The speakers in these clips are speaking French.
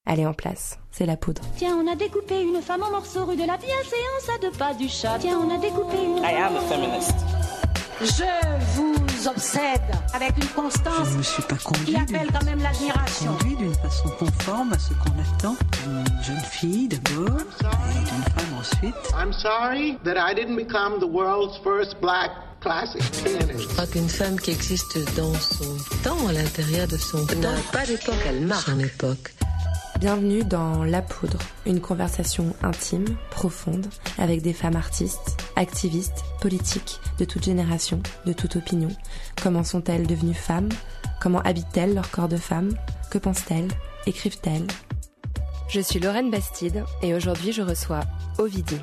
Elle est en place, c'est la poudre. Tiens, on a découpé une femme en morceaux rue de la bienséance à 2 pas du chat. Tiens, on a découpé une... I am a feminist. Je vous obsède avec une constance je ne me suis pas qui appelle quand même l'admiration. Conduit d'une façon conforme à ce qu'on attend d'une jeune fille d'abord et d'une femme ensuite. I'm sorry that I didn't become the world's first black classic pianist. Je crois qu'une femme qui existe dans son temps, à l'intérieur de son temps, n'a pas d'époque, elle marque son époque. Bienvenue dans La Poudre, une conversation intime, profonde, avec des femmes artistes, activistes, politiques, de toute génération, de toute opinion. Comment sont-elles devenues femmes ? Comment habitent-elles leur corps de femme ? Que pensent-elles ? Écrivent-elles ? Je suis Lorraine Bastide et aujourd'hui je reçois Ovidie.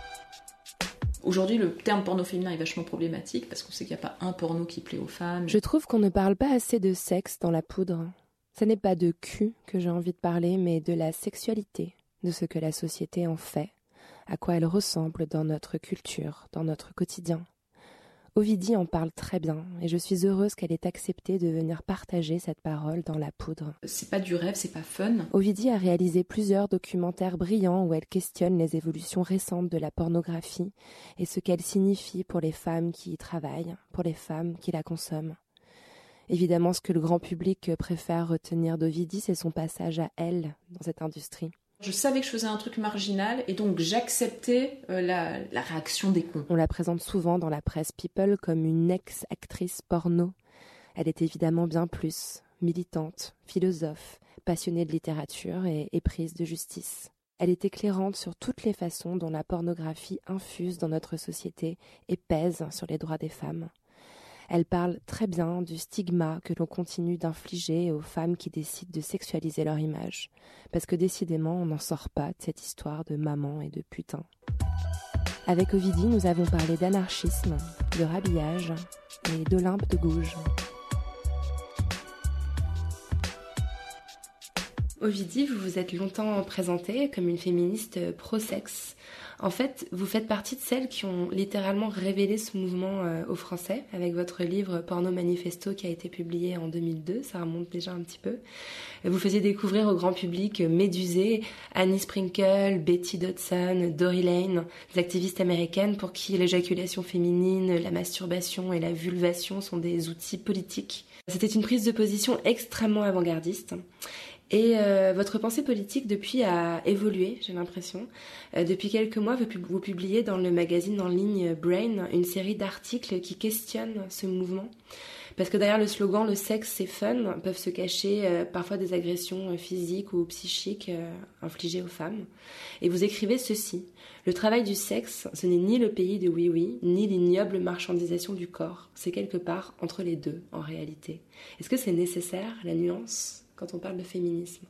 Aujourd'hui, le terme porno féminin est vachement problématique parce qu'on sait qu'il n'y a pas un porno qui plaît aux femmes. Je trouve qu'on ne parle pas assez de sexe dans La Poudre. Ce n'est pas de cul que j'ai envie de parler, mais de la sexualité, de ce que la société en fait, à quoi elle ressemble dans notre culture, dans notre quotidien. Ovidie en parle très bien, et je suis heureuse qu'elle ait accepté de venir partager cette parole dans La Poudre. C'est pas du rêve, c'est pas fun. Ovidie a réalisé plusieurs documentaires brillants où elle questionne les évolutions récentes de la pornographie et ce qu'elle signifie pour les femmes qui y travaillent, pour les femmes qui la consomment. Évidemment, ce que le grand public préfère retenir d'Ovidie, c'est son passage à elle dans cette industrie. Je savais que je faisais un truc marginal et donc j'acceptais la réaction des cons. On la présente souvent dans la presse People comme une ex-actrice porno. Elle est évidemment bien plus, militante, philosophe, passionnée de littérature et éprise de justice. Elle est éclairante sur toutes les façons dont la pornographie infuse dans notre société et pèse sur les droits des femmes. Elle parle très bien du stigma que l'on continue d'infliger aux femmes qui décident de sexualiser leur image. Parce que décidément, on n'en sort pas de cette histoire de maman et de putain. Avec Ovidie, nous avons parlé d'anarchisme, de rhabillage et d'Olympe de Gouges. Ovidie, vous vous êtes longtemps présentée comme une féministe pro-sexe. En fait, vous faites partie de celles qui ont littéralement révélé ce mouvement aux Français avec votre livre Porno Manifesto qui a été publié en 2002, ça remonte déjà un petit peu. Vous faisiez découvrir au grand public Médusée, Annie Sprinkle, Betty Dodson, Dory Lane, des activistes américaines pour qui l'éjaculation féminine, la masturbation et la vulvation sont des outils politiques. C'était une prise de position extrêmement avant-gardiste. Et votre pensée politique depuis a évolué, j'ai l'impression. Depuis quelques mois, vous publiez dans le magazine en ligne Brain une série d'articles qui questionnent ce mouvement. Parce que derrière le slogan « le sexe c'est fun » peuvent se cacher parfois des agressions physiques ou psychiques infligées aux femmes. Et vous écrivez ceci: « Le travail du sexe, ce n'est ni le pays de oui-oui, ni l'ignoble marchandisation du corps. C'est quelque part entre les deux, en réalité. » Est-ce que c'est nécessaire, la nuance, quand on parle de féminisme?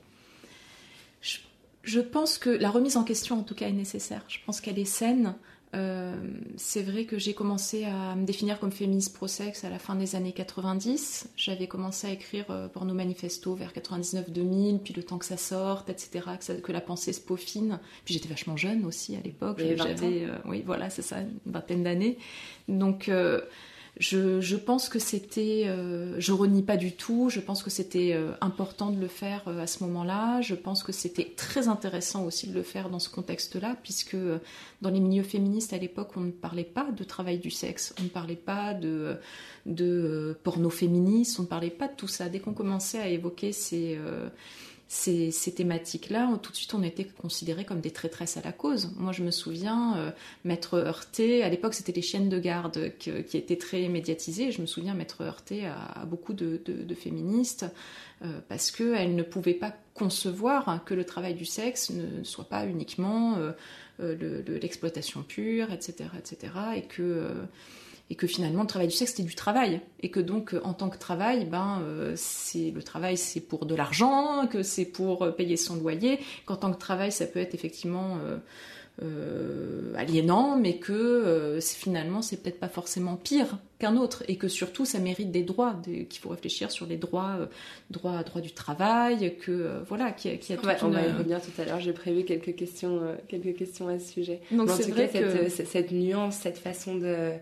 Je pense que la remise en question, en tout cas, est nécessaire. Je pense qu'elle est saine. C'est vrai que j'ai commencé à me définir comme féministe pro-sexe à la fin des années 90. J'avais commencé à écrire Porno Manifesto vers 99-2000, puis le temps que ça sorte, etc., que la pensée se peaufine. Puis j'étais vachement jeune aussi à l'époque. J'avais, oui, voilà, c'est ça, une vingtaine d'années. Donc... Je pense que c'était, je renie pas du tout, je pense que c'était important de le faire à ce moment-là, je pense que c'était très intéressant aussi de le faire dans ce contexte-là, puisque dans les milieux féministes à l'époque, on ne parlait pas de travail du sexe, on ne parlait pas de porno féministe, on ne parlait pas de tout ça. Dès qu'on commençait à évoquer ces thématiques-là, tout de suite on était considérés comme des traîtresses à la cause. Moi je me souviens, Maître Heurté, à l'époque c'était les chiennes de garde qui étaient très médiatisées, et je me souviens Maître Heurté à beaucoup de féministes, parce qu'elles ne pouvaient pas concevoir que le travail du sexe ne soit pas uniquement l'exploitation pure, etc., et que finalement le travail du sexe c'était du travail, et que donc en tant que travail, le travail c'est pour de l'argent, que c'est pour payer son loyer, qu'en tant que travail ça peut être effectivement aliénant, mais que finalement c'est peut-être pas forcément pire qu'un autre, et que surtout ça mérite des droits, qu'il faut réfléchir sur les droits du travail, que voilà, qu'il y a on va y revenir tout à l'heure. J'ai prévu quelques questions à ce sujet. Donc en c'est tout vrai cas, que cette nuance, cette façon de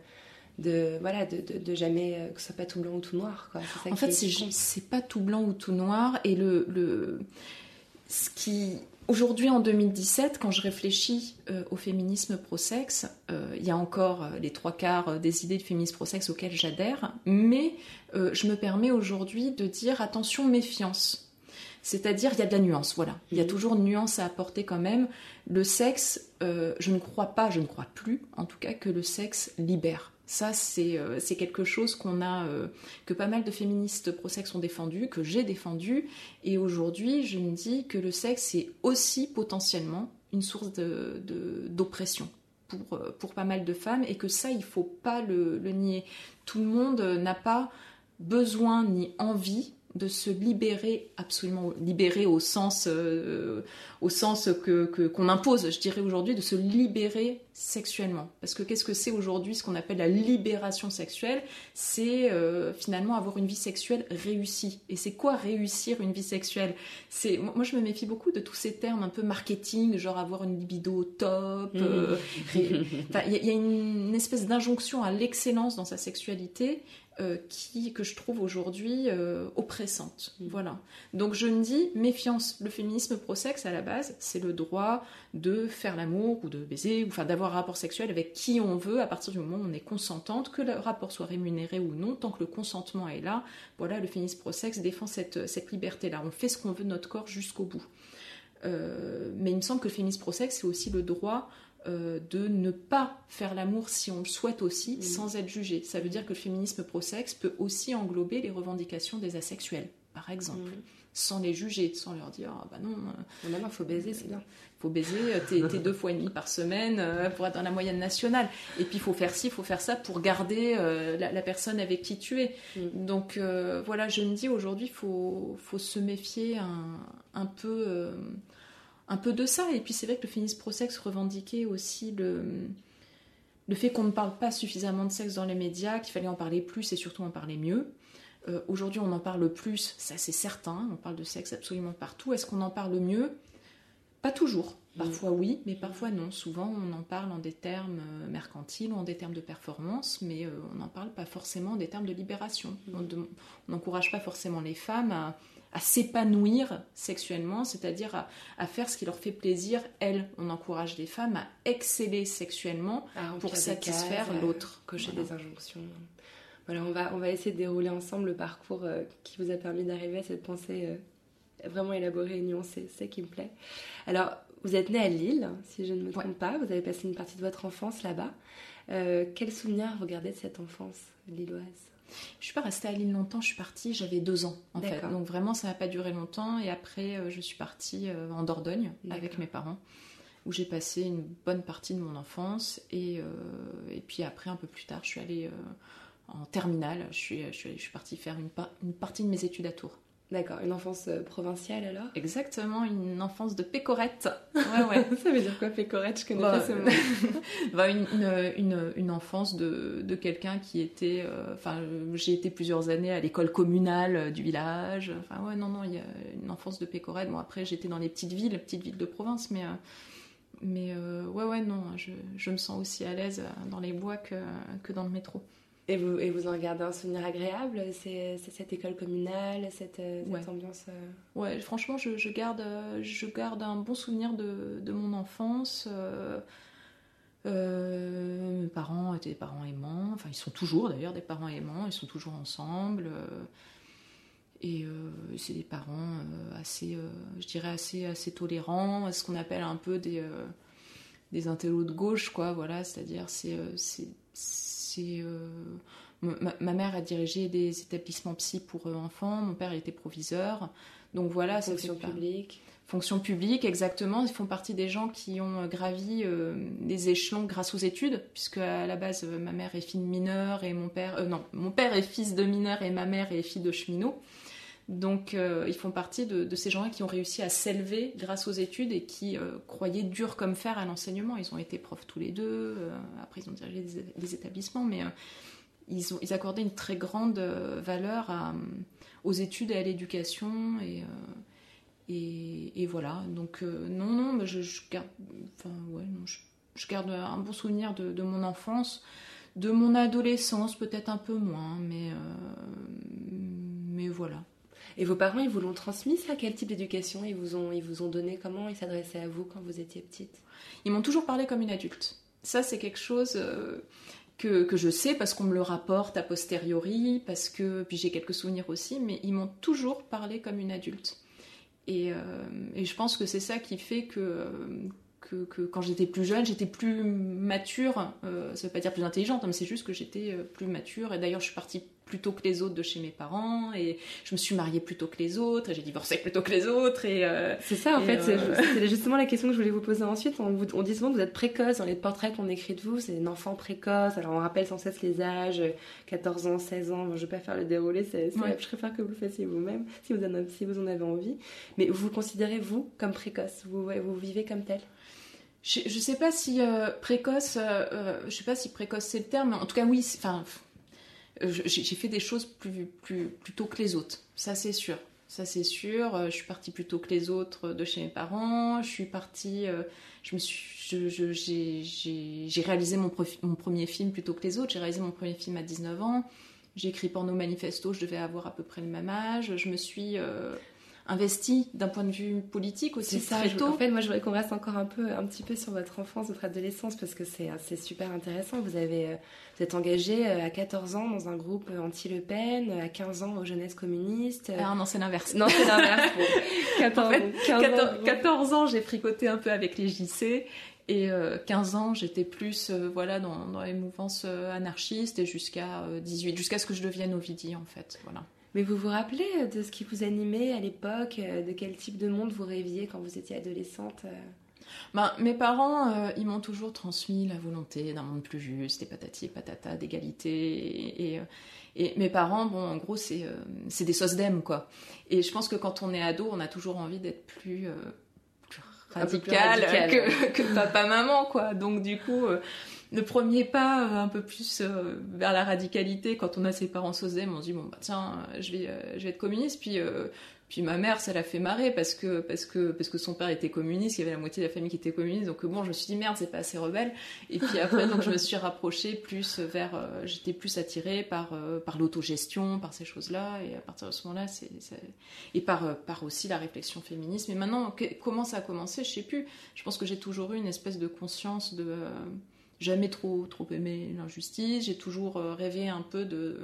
jamais que ce soit pas tout blanc ou tout noir, quoi. En fait, c'est pas tout blanc ou tout noir, et Aujourd'hui, en 2017, quand je réfléchis au féminisme pro-sexe, il y a encore les 3/4 des idées de féminisme pro-sexe auxquelles j'adhère, mais je me permets aujourd'hui de dire attention, méfiance. C'est-à-dire, il y a de la nuance, voilà. Il y a toujours une nuance à apporter quand même. Le sexe, je ne crois plus, en tout cas, que le sexe libère. Ça, c'est quelque chose que pas mal de féministes pro-sexe ont défendu, que j'ai défendu. Et aujourd'hui, je me dis que le sexe est aussi potentiellement une source d'oppression pour pas mal de femmes, et que ça, il ne faut pas le nier. Tout le monde n'a pas besoin ni envie de se libérer, absolument libérer au sens qu'on impose, je dirais aujourd'hui, de se libérer sexuellement. Parce que qu'est-ce que c'est aujourd'hui ce qu'on appelle la libération sexuelle? C'est finalement avoir une vie sexuelle réussie. Et c'est quoi réussir une vie sexuelle? Moi je me méfie beaucoup de tous ces termes un peu marketing, genre avoir une libido au top. Il y a une espèce d'injonction à l'excellence dans sa sexualité que je trouve aujourd'hui oppressante. Voilà. Donc je me dis, méfiance. Le féminisme pro-sexe, à la base, c'est le droit de faire l'amour ou de baiser, enfin d'avoir un rapport sexuel avec qui on veut à partir du moment où on est consentante, que le rapport soit rémunéré ou non, tant que le consentement est là. Voilà, le féminisme pro-sexe défend cette liberté-là. On fait ce qu'on veut de notre corps jusqu'au bout. Mais il me semble que le féminisme pro-sexe, c'est aussi le droit de ne pas faire l'amour si on le souhaite aussi, sans être jugé. Ça veut dire que le féminisme pro-sexe peut aussi englober les revendications des asexuels, par exemple, sans les juger, sans leur dire ah bah non, il faut baiser, c'est bien. Il faut baiser, t'es 2 fois et demi par semaine pour être dans la moyenne nationale. Et puis il faut faire ci, il faut faire ça pour garder la personne avec qui tu es. Donc voilà, je me dis aujourd'hui, il faut se méfier un peu de ça. Et puis c'est vrai que le féminisme pro-sexe revendiquait aussi le fait qu'on ne parle pas suffisamment de sexe dans les médias, qu'il fallait en parler plus et surtout en parler mieux. Aujourd'hui on en parle plus, ça c'est certain, on parle de sexe absolument partout. Est-ce qu'on en parle mieux? Pas toujours. Parfois oui, mais parfois non. Souvent on en parle en des termes mercantiles ou en des termes de performance, mais on n'en parle pas forcément en des termes de libération. On n'encourage pas forcément les femmes à s'épanouir sexuellement, c'est-à-dire à faire ce qui leur fait plaisir. Elles, on encourage les femmes à exceller sexuellement pour satisfaire l'autre. Cocher des injonctions. Voilà, on va essayer de dérouler ensemble le parcours qui vous a permis d'arriver à cette pensée vraiment élaborée et nuancée. C'est ça qui me plaît. Alors, vous êtes née à Lille, si je ne me trompe pas. Vous avez passé une partie de votre enfance là-bas. Quel souvenir vous gardez de cette enfance lilloise? Je suis pas restée à Lille longtemps, je suis partie, j'avais 2 ans en fait. Donc vraiment ça n'a pas duré longtemps, et après je suis partie en Dordogne avec mes parents, où j'ai passé une bonne partie de mon enfance, et puis après un peu plus tard je suis allée en terminale, je suis partie faire une partie de mes études à Tours. D'accord, une enfance provinciale alors? Exactement, une enfance de pécorette. Ouais. Ça veut dire quoi pécorette? Je connais pas ce mot. Une enfance de quelqu'un qui était... j'ai été plusieurs années à l'école communale du village. Il y a une enfance de pécorette. Bon, après, j'étais dans les petites villes de province, mais je me sens aussi à l'aise dans les bois que dans le métro. Et vous en gardez un souvenir agréable? C'est cette école communale, cette ambiance Ouais, franchement, je garde un bon souvenir de mon enfance. Mes parents étaient des parents aimants. Enfin, ils sont toujours d'ailleurs des parents aimants. Ils sont toujours ensemble. Et c'est des parents assez tolérants. Ce qu'on appelle un peu des intellos de gauche, quoi. Voilà, c'est-à-dire ma mère a dirigé des établissements psy pour enfants, mon père était proviseur, donc voilà. Fonction publique, exactement. Ils font partie des gens qui ont gravi les échelons grâce aux études, puisque à la base ma mère est fille de mineur et mon père est fils de mineur et ma mère est fille de cheminot. Donc ils font partie de ces gens-là qui ont réussi à s'élever grâce aux études et qui croyaient dur comme fer à l'enseignement. Ils ont été profs tous les deux, après ils ont dirigé des établissements, mais ils accordaient une très grande valeur aux études et à l'éducation, et voilà. Donc mais je garde un bon souvenir de mon enfance, de mon adolescence peut-être un peu moins, mais voilà. Et vos parents, ils vous l'ont transmis, ça? Quel type d'éducation ils vous ont donné? Comment ils s'adressaient à vous quand vous étiez petite? Ils m'ont toujours parlé comme une adulte. Ça, c'est quelque chose que je sais parce qu'on me le rapporte a posteriori, puis j'ai quelques souvenirs aussi, mais ils m'ont toujours parlé comme une adulte. Et je pense que c'est ça qui fait que quand j'étais plus jeune, j'étais plus mature. Ça veut pas dire plus intelligente, mais c'est juste que j'étais plus mature. Et d'ailleurs, je suis partie plus tôt que les autres de chez mes parents, et je me suis mariée plus tôt que les autres, et j'ai divorcé plus tôt que les autres. C'est ça, en fait, c'est justement la question que je voulais vous poser ensuite. On dit souvent que vous êtes précoce. Dans les portraits qu'on écrit de vous, c'est un enfant précoce. Alors, on rappelle sans cesse les âges, 14 ans, 16 ans. Bon, je vais pas faire le déroulé, je préfère que vous le fassiez vous-même, si vous en avez envie. Mais vous vous considérez, vous, comme précoce? Vous vivez comme tel? Je sais pas si précoce, je sais pas si précoce c'est le terme, mais en tout cas oui, j'ai fait des choses plus tôt que les autres, ça c'est sûr. Ça c'est sûr, je suis partie plus tôt que les autres de chez mes parents, je suis partie, j'ai réalisé mon premier film plus tôt que les autres, j'ai réalisé mon premier film à 19 ans, j'ai écrit Porno Manifesto, je devais avoir à peu près le même âge, je me suis investie d'un point de vue politique aussi très tôt. En fait, moi je voudrais qu'on reste encore un petit peu sur votre enfance, votre adolescence, parce que c'est super intéressant. Vous êtes engagée à 14 ans dans un groupe anti-Le Pen, à 15 ans aux Jeunesses communistes. Ah non, c'est l'inverse. Non, c'est l'inverse. Bon, 14 ans, j'ai fricoté un peu avec les JC. Et 15 ans, j'étais plus dans les mouvances anarchistes, et jusqu'à 18, jusqu'à ce que je devienne Ovidie, en fait. Voilà. Mais vous vous rappelez de ce qui vous animait à l'époque, de quel type de monde vous rêviez quand vous étiez adolescente? Mes parents, ils m'ont toujours transmis la volonté d'un monde plus juste, et patati et patata, d'égalité. Et mes parents, bon, en gros, c'est des SOSDEM, quoi. Et je pense que quand on est ado, on a toujours envie d'être plus radical que papa-maman, quoi. Donc, du coup... le premier pas un peu plus vers la radicalité, quand on a ses parents SOSDEM, on se dit bon bah tiens, je vais être communiste. Puis ma mère, ça l'a fait marrer parce que son père était communiste, il y avait la moitié de la famille qui était communiste, donc bon, je me suis dit merde, c'est pas assez rebelle. Et puis après, donc je me suis rapprochée plus vers, j'étais plus attirée par l'autogestion, par ces choses-là, et à partir de ce moment-là, et par aussi la réflexion féministe. Mais maintenant, comment ça a commencé, je sais plus. Je pense que j'ai toujours eu une espèce de conscience de jamais trop aimé l'injustice, j'ai toujours rêvé un peu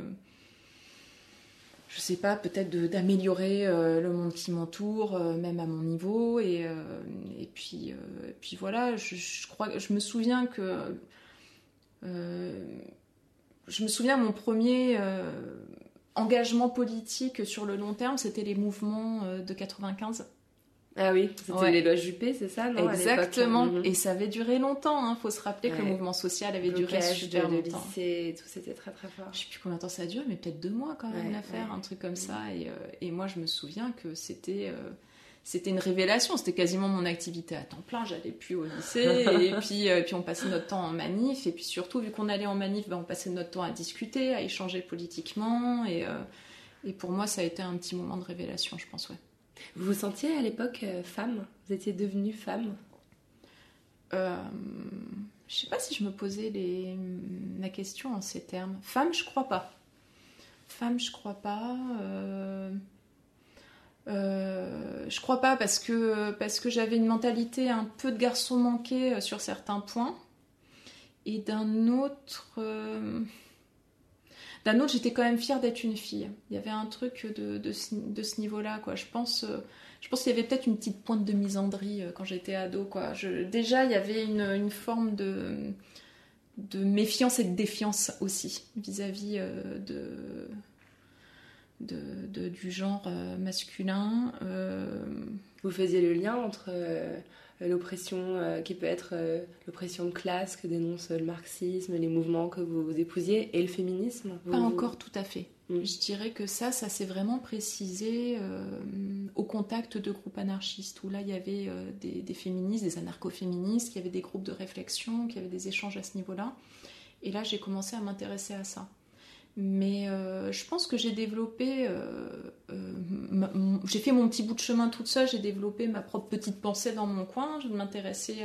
je sais pas, peut-être d'améliorer le monde qui m'entoure, même à mon niveau, et puis voilà, je me souviens mon premier engagement politique sur le long terme, c'était les mouvements de 95. Ah oui, c'était les lois Juppé, c'est ça, non? Exactement, et ça avait duré longtemps, hein. Faut se rappeler que le mouvement social avait duré super longtemps. Le lycée, tout, c'était très très fort. Je sais plus combien de temps ça a duré, mais peut-être 2 mois quand même l'affaire, un truc comme ça. Et moi, je me souviens que c'était une révélation, c'était quasiment mon activité à temps plein, j'allais plus au lycée, et puis on passait notre temps en manif, et puis surtout, vu qu'on allait en manif, on passait notre temps à discuter, à échanger politiquement, et pour moi, ça a été un petit moment de révélation, je pense, ouais. Vous vous sentiez à l'époque femme? Vous étiez devenue femme? Je sais pas si je me posais la question en ces termes. Femme, je crois pas. Je crois pas parce que j'avais une mentalité un peu de garçon manqué sur certains points. Et d'un autre, j'étais quand même fière d'être une fille. Il y avait un truc de ce niveau-là, quoi. Je pense qu'il y avait peut-être une petite pointe de misandrie quand j'étais ado, quoi. Déjà, il y avait une forme de méfiance et de défiance aussi vis-à-vis du genre masculin. Vous faisiez le lien entre l'oppression qui peut être l'oppression de classe que dénonce le marxisme, les mouvements que vous épousiez, et le féminisme? Pas encore tout à fait. Je dirais que ça s'est vraiment précisé au contact de groupes anarchistes, où là il y avait des féministes, des anarcho-féministes, il y avait des groupes de réflexion, il y avait des échanges à ce niveau-là. Et là j'ai commencé à m'intéresser à ça. Mais je pense que j'ai développé, j'ai fait mon petit bout de chemin toute seule, j'ai développé ma propre petite pensée dans mon coin, je m'intéressais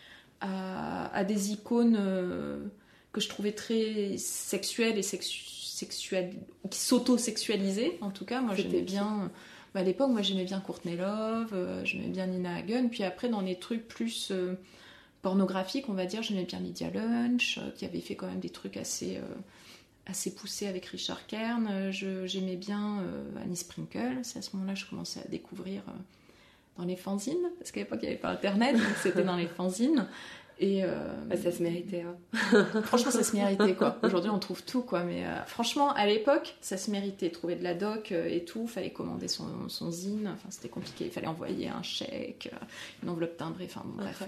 à des icônes que je trouvais très sexuelles et qui s'auto-sexualisaient. En tout cas, moi C'était j'aimais bien... à l'époque, moi j'aimais bien Courtney Love, j'aimais bien Nina Hagen, puis après dans les trucs plus pornographiques, on va dire, j'aimais bien Lydia Lunch, qui avait fait quand même des trucs assez poussés avec Richard Kern. J'aimais bien Annie Sprinkle. C'est à ce moment-là que je commençais à découvrir dans les fanzines, parce qu'à l'époque il n'y avait pas internet, donc c'était dans les fanzines. Et ça se méritait, hein. Franchement ça se méritait quoi. Aujourd'hui on trouve tout quoi, mais franchement à l'époque ça se méritait. Trouver de la doc et tout, fallait commander son zine, enfin c'était compliqué, il fallait envoyer un chèque, une enveloppe timbrée, enfin bon, bref.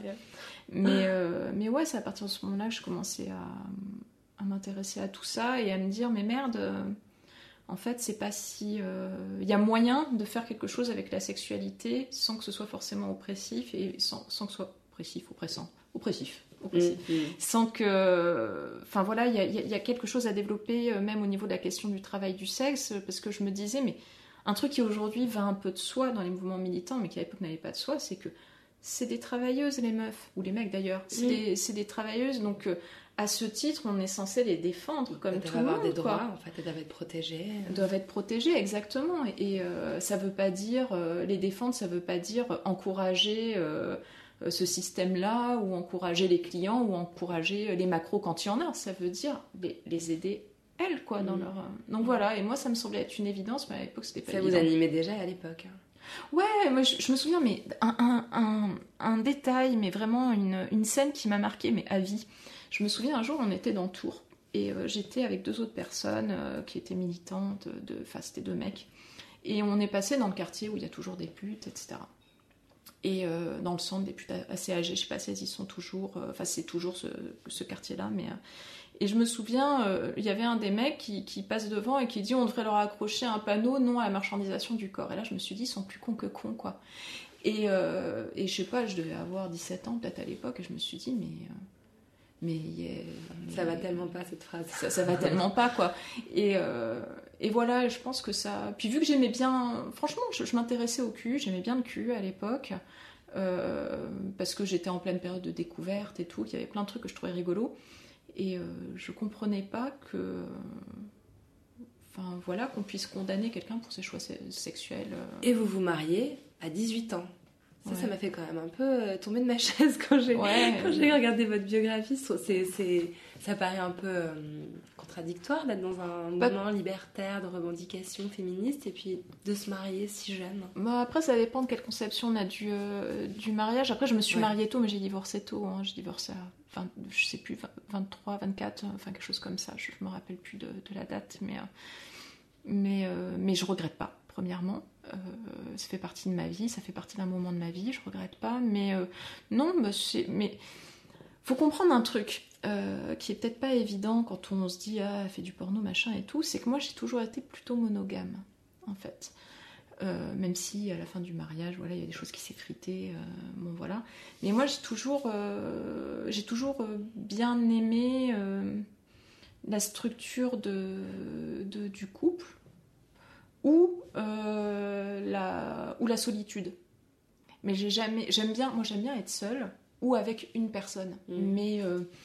Mais ouais, c'est à partir de ce moment-là que je commençais à m'intéresser à tout ça et à me dire mais merde, en fait c'est pas si... Il y a moyen de faire quelque chose avec la sexualité sans que ce soit forcément oppressif et sans que ce soit oppressif. Sans que... Enfin voilà, il y a quelque chose à développer, même au niveau de la question du travail du sexe, parce que je me disais, mais un truc qui aujourd'hui va un peu de soi dans les mouvements militants, mais qui à l'époque n'avait pas de soi, c'est que c'est des travailleuses, les meufs, ou les mecs d'ailleurs, c'est des travailleuses, donc à ce titre, on est censé les défendre comme tout le monde. Elles doivent avoir des droits, en fait, elles doivent être protégées. Elles doivent être protégées, exactement, et ça veut pas dire, les défendre, ça veut pas dire encourager... ce système-là, ou encourager les clients, ou encourager les macros quand il y en a. Ça veut dire les aider, elles, quoi, dans leur... Donc voilà, et moi, ça me semblait être une évidence, mais à l'époque, c'était pas évident. Ça vous animait déjà à l'époque? Ouais, moi, je me souviens, mais un détail, mais vraiment une scène qui m'a marquée, mais à vie. Je me souviens, un jour, on était dans Tours, et j'étais avec 2 autres personnes qui étaient militantes, enfin, c'était 2 mecs, et on est passé dans le quartier où il y a toujours des putes, etc., et dans le centre des putes assez âgées, je sais pas si elles y sont toujours, enfin c'est toujours ce quartier-là, mais... Et je me souviens, il y avait un des mecs qui passe devant et qui dit on devrait leur accrocher un panneau non à la marchandisation du corps. Et là je me suis dit ils sont plus cons que cons quoi. Et je sais pas, je devais avoir 17 ans peut-être à l'époque, et je me suis dit mais ça va tellement pas cette phrase. Ça va tellement pas quoi. Et voilà, je pense que ça... Puis vu que j'aimais bien... Franchement, je m'intéressais au cul, j'aimais bien le cul à l'époque, parce que j'étais en pleine période de découverte et tout, qu'il y avait plein de trucs que je trouvais rigolos, et je comprenais pas que... Enfin voilà, qu'on puisse condamner quelqu'un pour ses choix sexuels. Et vous vous mariez à 18 ans. Ça m'a fait quand même un peu tomber de ma chaise quand j'ai regardé votre biographie. Ça paraît un peu contradictoire d'être dans un mouvement libertaire de revendication féministe et puis de se marier si jeune. Bah après, ça dépend de quelle conception on a du mariage. Après, je me suis mariée tôt, mais j'ai divorcé tôt. Hein. J'ai divorcé à, je sais plus, 23, 24, enfin quelque chose comme ça. Je me rappelle plus de la date, mais je regrette pas. Premièrement, ça fait partie de ma vie, ça fait partie d'un moment de ma vie, je regrette pas, mais non, mais faut comprendre un truc qui est peut-être pas évident quand on se dit elle fait du porno machin et tout, c'est que moi j'ai toujours été plutôt monogame en fait, même si à la fin du mariage, voilà, il y a des choses qui s'effritaient, bon voilà, mais moi j'ai toujours bien aimé la structure du couple. Ou la solitude. Mais j'aime bien être seule ou avec une personne. Mais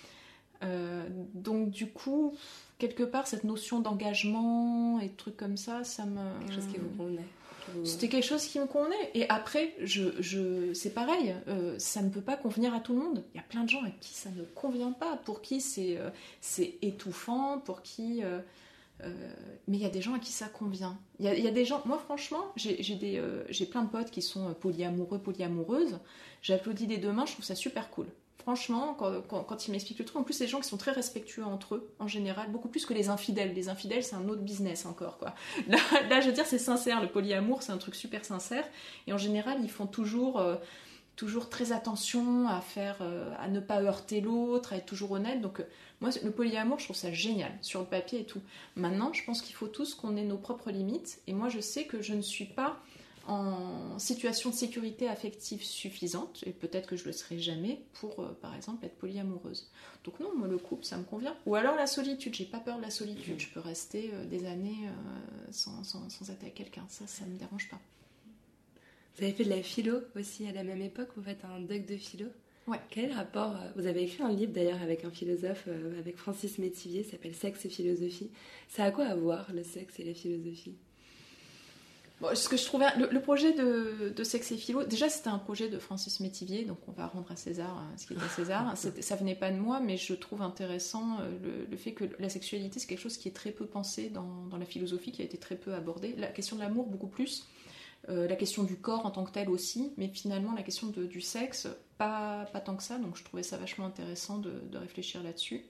donc du coup, quelque part, cette notion d'engagement et de trucs comme ça me... Quelque chose qui vous convenait. C'était quelque chose qui me convenait. Et après, c'est pareil, ça ne peut pas convenir à tout le monde. Il y a plein de gens à qui ça ne convient pas, pour qui c'est étouffant, pour qui... mais il y a des gens à qui ça convient. Il y a des gens... Moi, franchement, j'ai plein de potes qui sont polyamoureux, polyamoureuses. J'applaudis des 2 mains, je trouve ça super cool. Franchement, quand ils m'expliquent le truc, en plus, c'est des gens qui sont très respectueux entre eux, en général, beaucoup plus que les infidèles. Les infidèles, c'est un autre business encore, quoi. Là, je veux dire, c'est sincère. Le polyamour, c'est un truc super sincère. Et en général, ils font toujours très attention à ne pas heurter l'autre, à être toujours honnête. Donc, moi, le polyamour, je trouve ça génial, sur le papier et tout. Maintenant, je pense qu'il faut tous qu'on ait nos propres limites. Et moi, je sais que je ne suis pas en situation de sécurité affective suffisante, et peut-être que je le serai jamais, pour, par exemple, être polyamoureuse. Donc non, moi, le couple, ça me convient. Ou alors la solitude, j'ai pas peur de la solitude. Je peux rester des années sans être avec quelqu'un. Ça me dérange pas. Vous avez fait de la philo aussi à la même époque, vous faites un doc de philo. Ouais. Quel est le rapport Vous avez écrit un livre d'ailleurs avec un philosophe, avec Francis Métivier, ça s'appelle Sexe et philosophie. Ça a quoi à voir, le sexe et la philosophie? Bon, ce que je trouvais, le projet de Sexe et Philo, déjà c'était un projet de Francis Métivier, donc on va rendre à César ce qui est à César. Ça venait pas de moi, mais je trouve intéressant le fait que la sexualité c'est quelque chose qui est très peu pensé dans la philosophie, qui a été très peu abordé. La question de l'amour beaucoup plus, la question du corps en tant que tel aussi, mais finalement la question du sexe, pas tant que ça, donc je trouvais ça vachement intéressant de réfléchir là-dessus.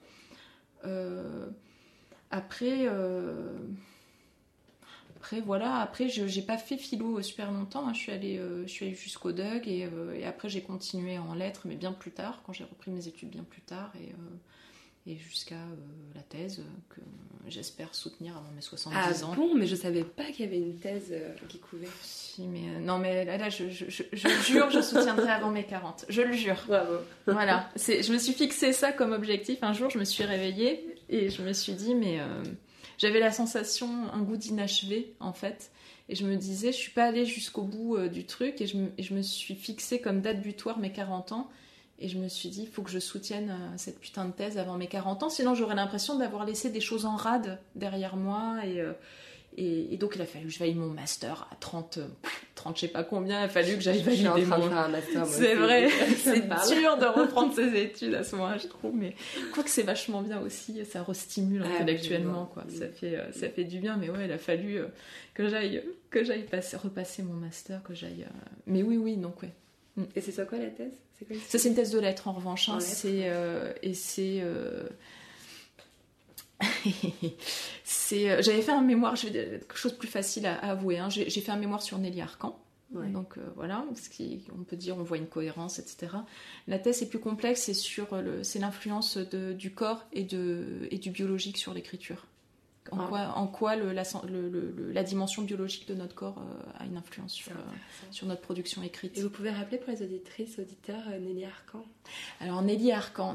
Après, j'ai pas fait philo super longtemps, hein. Je suis allée jusqu'au DUG et après j'ai continué en lettres, mais bien plus tard, quand j'ai repris mes études bien plus tard, et jusqu'à la thèse que j'espère soutenir avant mes 70 ans. Ah bon, mais je savais pas qu'il y avait une thèse qui couvait. Si, mais non, mais là je jure, je soutiendrai avant mes 40, je le jure. Bravo. Voilà, je me suis fixé ça comme objectif. Un jour, je me suis réveillée et je me suis dit, mais j'avais la sensation, un goût d'inachevé en fait, et je me disais, je suis pas allée jusqu'au bout du truc, et je me suis fixée comme date butoir mes 40 ans, et je me suis dit, il faut que je soutienne cette putain de thèse avant mes 40 ans, sinon j'aurais l'impression d'avoir laissé des choses en rade derrière moi, et donc il a fallu que je valide mon master à 30 je sais pas combien, il a fallu que j'aille valider mon... Je suis en train de faire un master, moi c'est aussi. vrai, c'est dur de reprendre ses études à ce moment-là, je trouve, mais quoique c'est vachement bien aussi, ça restimule intellectuellement, quoi. Ça fait du bien, mais ouais, il a fallu que j'aille repasser mon master, que j'aille... Mais oui, donc ouais. Et c'est quoi la thèse? Ça, c'est une thèse de lettres en revanche, hein. J'avais fait un mémoire, je vais dire quelque chose de plus facile à avouer, hein. J'ai fait un mémoire sur Nelly Arcan. Ouais. Donc voilà, on peut dire, on voit une cohérence, etc. La thèse est plus complexe, c'est l'influence du corps et du biologique sur l'écriture. En quoi la dimension biologique de notre corps a une influence sur notre production écrite. Et vous pouvez rappeler pour les auditrices, auditeurs, Nelly Arcan? Alors Nelly Arcan,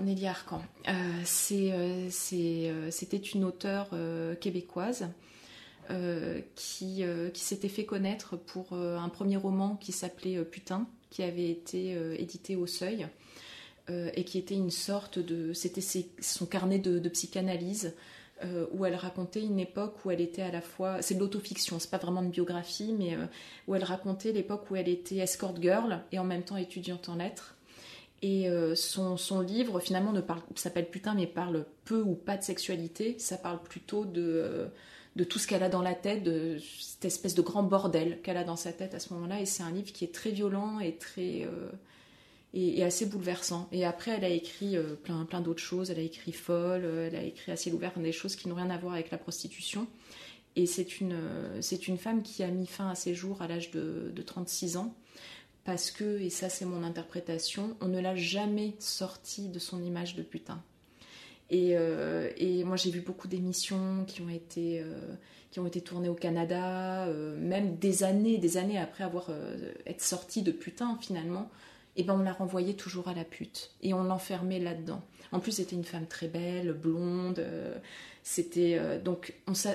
c'était une auteure québécoise qui s'était fait connaître pour un premier roman qui s'appelait Putain, qui avait été édité au Seuil, et qui était une sorte de... C'était son carnet de psychanalyse, où elle racontait une époque où elle était à la fois... C'est de l'autofiction, c'est pas vraiment une biographie, mais où elle racontait l'époque où elle était escort girl et en même temps étudiante en lettres. Et son livre, finalement, s'appelle Putain, mais parle peu ou pas de sexualité. Ça parle plutôt de tout ce qu'elle a dans la tête, de cette espèce de grand bordel qu'elle a dans sa tête à ce moment-là. Et c'est un livre qui est très violent et très... et assez bouleversant. Et après, elle a écrit plein d'autres choses. Elle a écrit Folle, elle a écrit À ciel ouvert, des choses qui n'ont rien à voir avec la prostitution. Et c'est une femme qui a mis fin à ses jours à l'âge de 36 ans, parce que, et ça c'est mon interprétation, on ne l'a jamais sortie de son image de putain. Et moi j'ai vu beaucoup d'émissions qui ont été tournées au Canada, même des années après être sortie de putain finalement. Et ben on la renvoyait toujours à la pute et on l'enfermait là-dedans. En plus c'était une femme très belle, blonde, donc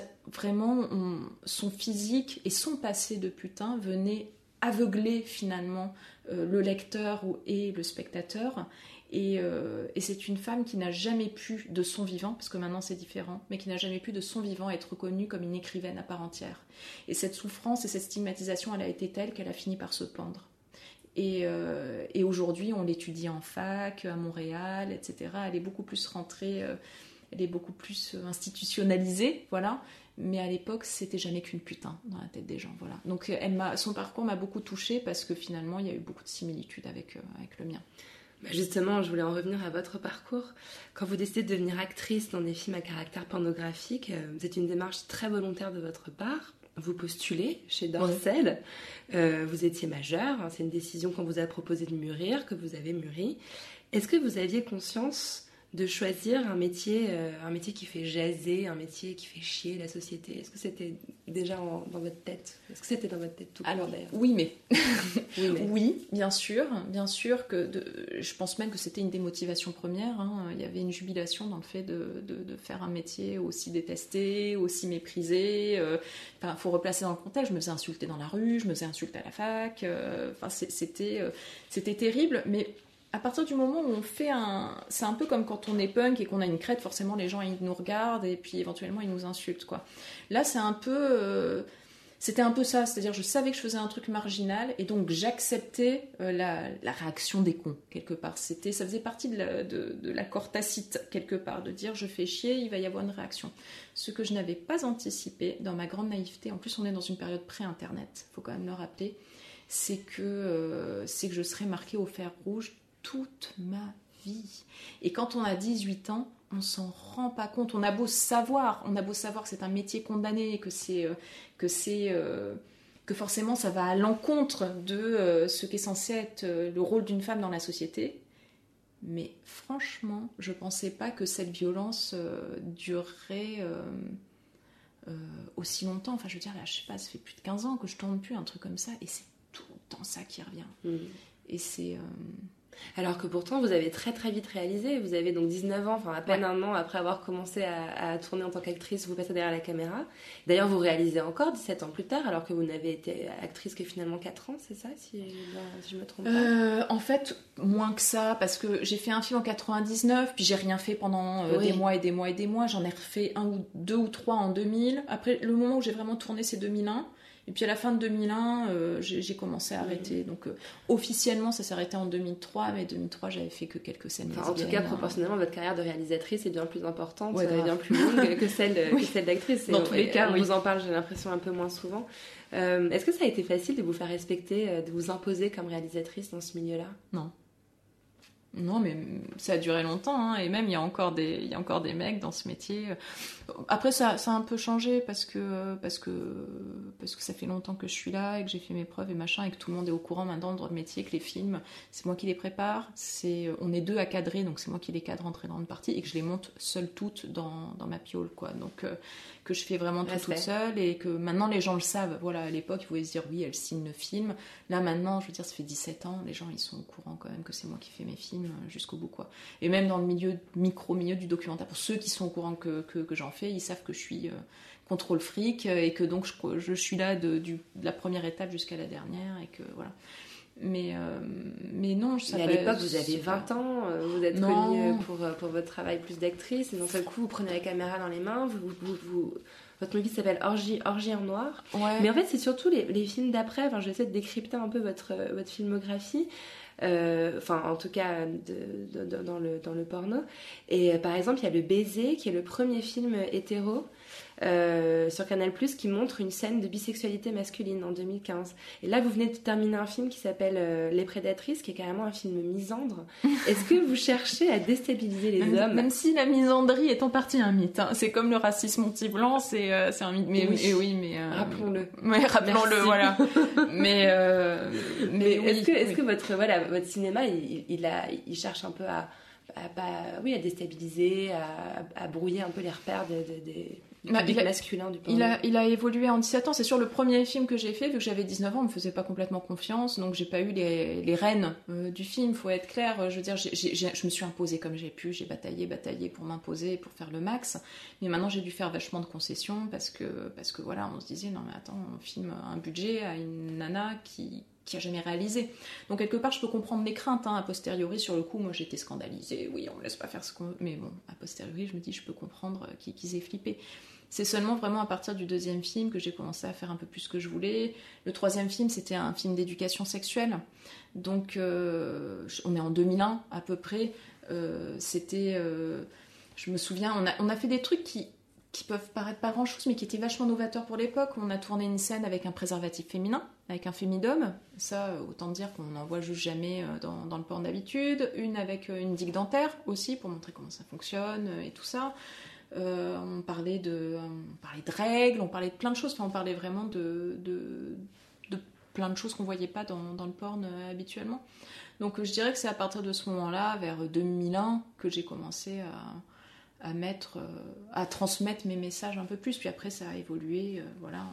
son physique et son passé de putain venaient aveugler finalement le lecteur et le spectateur, et c'est une femme qui n'a jamais pu de son vivant, parce que maintenant c'est différent, mais qui n'a jamais pu de son vivant être reconnue comme une écrivaine à part entière. Et cette souffrance et cette stigmatisation, elle a été telle qu'elle a fini par se pendre. Et aujourd'hui, on l'étudie en fac, à Montréal, etc. Elle est beaucoup plus rentrée, elle est beaucoup plus institutionnalisée, voilà. Mais à l'époque, c'était jamais qu'une putain dans la tête des gens, voilà. Donc son parcours m'a beaucoup touchée parce que finalement, il y a eu beaucoup de similitudes avec le mien. Justement, je voulais en revenir à votre parcours. Quand vous décidez de devenir actrice dans des films à caractère pornographique, c'est une démarche très volontaire de votre part. Vous postulez chez Dorcel, vous étiez majeure, hein, c'est une décision qu'on vous a proposé de mûrir, que vous avez mûri. Est-ce que vous aviez conscience de choisir un métier qui fait jaser, un métier qui fait chier la société? Est-ce que c'était déjà dans votre tête? Est-ce que c'était dans votre tête tout court, d'ailleurs? Oui, mais... Oui, bien sûr que je pense même que c'était une des motivations premières, hein. Il y avait une jubilation dans le fait de faire un métier aussi détesté, aussi méprisé. Faut replacer dans le contexte. Je me faisais insulter dans la rue, je me faisais insulter à la fac. C'était terrible, mais à partir du moment où on fait c'est un peu comme quand on est punk et qu'on a une crête, forcément les gens ils nous regardent et puis éventuellement ils nous insultent, quoi. Là c'est un peu... C'était un peu ça, c'est-à-dire je savais que je faisais un truc marginal et donc j'acceptais la réaction des cons, quelque part. Ça faisait partie de l'accord tacite, quelque part, de dire je fais chier, il va y avoir une réaction. Ce que je n'avais pas anticipé dans ma grande naïveté, en plus on est dans une période pré-internet, il faut quand même le rappeler, c'est que je serais marquée au fer rouge toute ma vie. Et quand on a 18 ans, on s'en rend pas compte. On a beau savoir que c'est un métier condamné, que forcément ça va à l'encontre de ce qu'est censé être le rôle d'une femme dans la société. Mais franchement, je pensais pas que cette violence durerait aussi longtemps. Enfin, je veux dire, là, je sais pas, ça fait plus de 15 ans que je tourne plus un truc comme ça, et c'est tout le temps ça qui revient. Et c'est... Alors que pourtant, vous avez très très vite réalisé. Vous avez donc 19 ans, enfin à peine un an après avoir commencé à tourner en tant qu'actrice, vous passez derrière la caméra. D'ailleurs, vous réalisez encore 17 ans plus tard, alors que vous n'avez été actrice que finalement 4 ans, c'est ça, si je me trompe pas En fait, moins que ça, parce que j'ai fait un film en 99, puis j'ai rien fait pendant des mois et des mois et des mois. J'en ai refait 2 ou 3 en 2000. Après, le moment où j'ai vraiment tourné, c'est 2001. Et puis à la fin de 2001, j'ai commencé à arrêter. Donc officiellement, ça s'est arrêté en 2003, mais 2003, j'avais fait que quelques scènes lesbiennes. En tout cas, proportionnellement, votre carrière de réalisatrice est bien plus importante, bien plus longue que celle d'actrice. Dans tous les cas, on vous en parle, j'ai l'impression, un peu moins souvent. Est-ce que ça a été facile de vous faire respecter, de vous imposer comme réalisatrice dans ce milieu-là ? Non, mais ça a duré longtemps, hein, et même il y a encore des mecs dans ce métier. Après, ça a un peu changé parce que ça fait longtemps que je suis là et que j'ai fait mes preuves et machin, et que tout le monde est au courant maintenant de notre métier, que les films, c'est moi qui les prépare, on est 2 à cadrer, donc c'est moi qui les cadre en très grande partie, et que je les monte seule toute dans ma piole, quoi. Donc que je fais vraiment tout toute seule, et que maintenant les gens le savent. Voilà, à l'époque, ils pouvaient se dire oui, elle signe le film. Là maintenant, je veux dire, ça fait 17 ans, les gens ils sont au courant quand même que c'est moi qui fais mes films jusqu'au bout, quoi. Et même dans le milieu du documentaire, pour ceux qui sont au courant que j'en fais, ils savent que je suis contrôle fric, et que donc je suis là de la première étape jusqu'à la dernière, et que voilà. Mais non, je savais. Et à l'époque, vous avez 20 ans, vous êtes connue pour votre travail plus d'actrice, et d'un seul coup, vous prenez la caméra dans les mains, votre movie s'appelle Orgie en noir. Ouais. Mais en fait, c'est surtout les films d'après. Enfin, je vais essayer de décrypter un peu votre filmographie. En tout cas dans le porno. Et par exemple, il y a Le Baiser, qui est le premier film hétéro sur Canal+, qui montre une scène de bisexualité masculine en 2015. Et là, vous venez de terminer un film qui s'appelle Les Prédatrices, qui est carrément un film misandre. Est-ce que vous cherchez à déstabiliser les hommes ? Même si la misandrie est en partie un mythe, hein. C'est comme le racisme anti-blanc, c'est un mythe. Mais rappelons-le. Ouais, rappelons-le, voilà. mais est-ce que votre cinéma, il cherche un peu à déstabiliser, à brouiller un peu les repères du public masculin du porno. Il a évolué en 17 ans. C'est sûr, le premier film que j'ai fait, vu que j'avais 19 ans, on me faisait pas complètement confiance, donc j'ai pas eu les rênes du film, faut être clair. Je veux dire, je me suis imposée comme j'ai pu, j'ai bataillé pour m'imposer, pour faire le max. Mais maintenant, j'ai dû faire vachement de concessions parce que voilà, on se disait, non mais attends, on filme un budget à une nana qui a jamais réalisé. Donc quelque part, je peux comprendre mes craintes, hein. A posteriori, sur le coup, moi j'étais scandalisée. Oui, on me laisse pas faire ce qu'on veut. Mais bon, a posteriori, je me dis, je peux comprendre qu'ils aient flippé. C'est seulement vraiment à partir du 2e film que j'ai commencé à faire un peu plus ce que je voulais. Le 3e film, c'était un film d'éducation sexuelle. Donc, on est en 2001 à peu près. Je me souviens, on a fait des trucs qui peuvent paraître pas grand chose, mais qui étaient vachement novateurs pour l'époque. On a tourné une scène avec un préservatif féminin, avec un fémidome. Ça, autant dire qu'on n'en voit juste jamais dans le porn d'habitude. Une avec une digue dentaire aussi, pour montrer comment ça fonctionne et tout ça. On parlait de règles, on parlait de plein de choses. Enfin, on parlait vraiment de plein de choses qu'on voyait pas dans le porn habituellement. Donc, je dirais que c'est à partir de ce moment-là, vers 2001, que j'ai commencé à transmettre mes messages un peu plus, puis après ça a évolué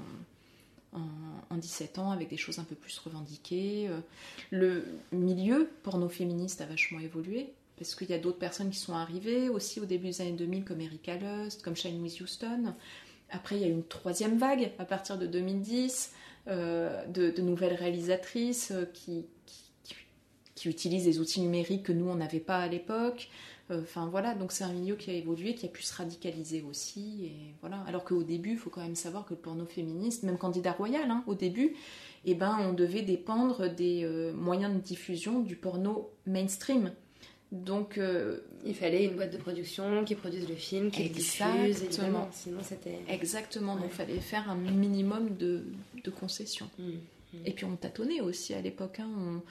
en 17 ans avec des choses un peu plus revendiquées. Le milieu porno-féministe a vachement évolué, parce qu'il y a d'autres personnes qui sont arrivées aussi au début des années 2000, comme Erika Lust, comme Shine with Houston. Après il y a eu une 3e vague à partir de 2010 de nouvelles réalisatrices qui qui utilisent des outils numériques que nous, on n'avait pas à l'époque. Enfin voilà, donc c'est un milieu qui a évolué, qui a pu se radicaliser aussi. Et voilà. Alors qu'au début, il faut quand même savoir que le porno féministe, même Candidat Royal, au début, on devait dépendre des moyens de diffusion du porno mainstream. Donc, il fallait une boîte de production qui produise le film, qui le diffuse, évidemment. Sinon, c'était... Exactement, donc il fallait faire un minimum de concessions. Et puis on tâtonnait aussi à l'époque.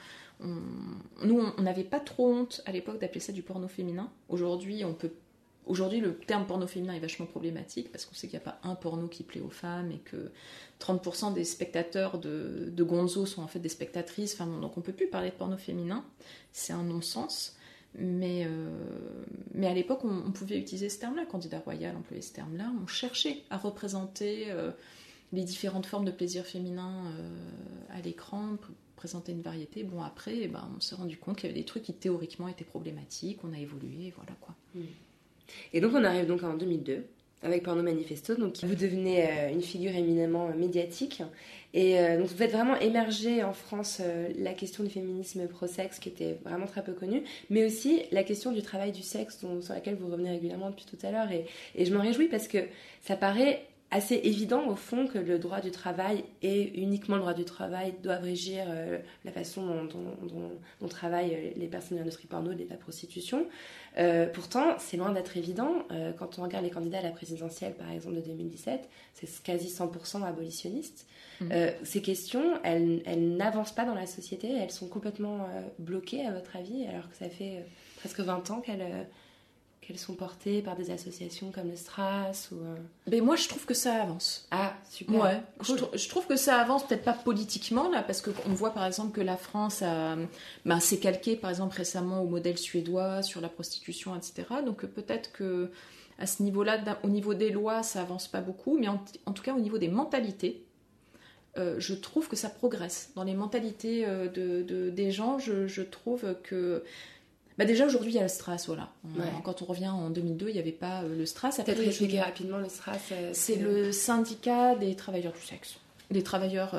Nous, on n'avait pas trop honte à l'époque d'appeler ça du porno féminin. Aujourd'hui, le terme porno féminin est vachement problématique parce qu'on sait qu'il n'y a pas un porno qui plaît aux femmes et que 30% des spectateurs de Gonzo sont en fait des spectatrices. Enfin, donc on ne peut plus parler de porno féminin. C'est un non-sens. Mais à l'époque, on pouvait utiliser ce terme-là. Candidat Royal employait ce terme-là. On cherchait à représenter les différentes formes de plaisir féminin à l'écran, présenter une variété. Bon, après, on s'est rendu compte qu'il y avait des trucs qui théoriquement étaient problématiques. On a évolué, et voilà quoi. Et donc on arrive donc en 2002 avec Porno Manifesto. Donc vous devenez une figure éminemment médiatique. Et donc vous faites vraiment émerger en France la question du féminisme pro-sexe qui était vraiment très peu connue, mais aussi la question du travail du sexe sur laquelle vous revenez régulièrement depuis tout à l'heure. Et je m'en réjouis parce que ça paraît assez évident au fond que le droit du travail et uniquement le droit du travail doivent régir la façon dont travaillent les personnes de l'industrie porno et de la prostitution. Pourtant, c'est loin d'être évident. Quand on regarde les candidats à la présidentielle, par exemple, de 2017, c'est quasi 100% abolitionnistes. Ces questions, elles n'avancent pas dans la société, elles sont complètement bloquées, à votre avis, alors que ça fait presque 20 ans qu'elles sont portées par des associations comme le Stras ou... Mais moi, je trouve que ça avance. Ah, super. Ouais. Cool. Je trouve que ça avance, peut-être pas politiquement, là, parce qu'on voit par exemple que la France s'est calquée, par exemple, récemment au modèle suédois sur la prostitution, etc. Donc peut-être que à ce niveau-là, au niveau des lois, ça avance pas beaucoup, mais en tout cas, au niveau des mentalités, je trouve que ça progresse. Dans les mentalités des gens, je trouve que... déjà aujourd'hui il y a le Stras, voilà. Quand on revient en 2002, il n'y avait pas le Stras. Peut-être expliquer rapidement le Stras. C'est le syndicat des travailleurs du sexe. Des travailleurs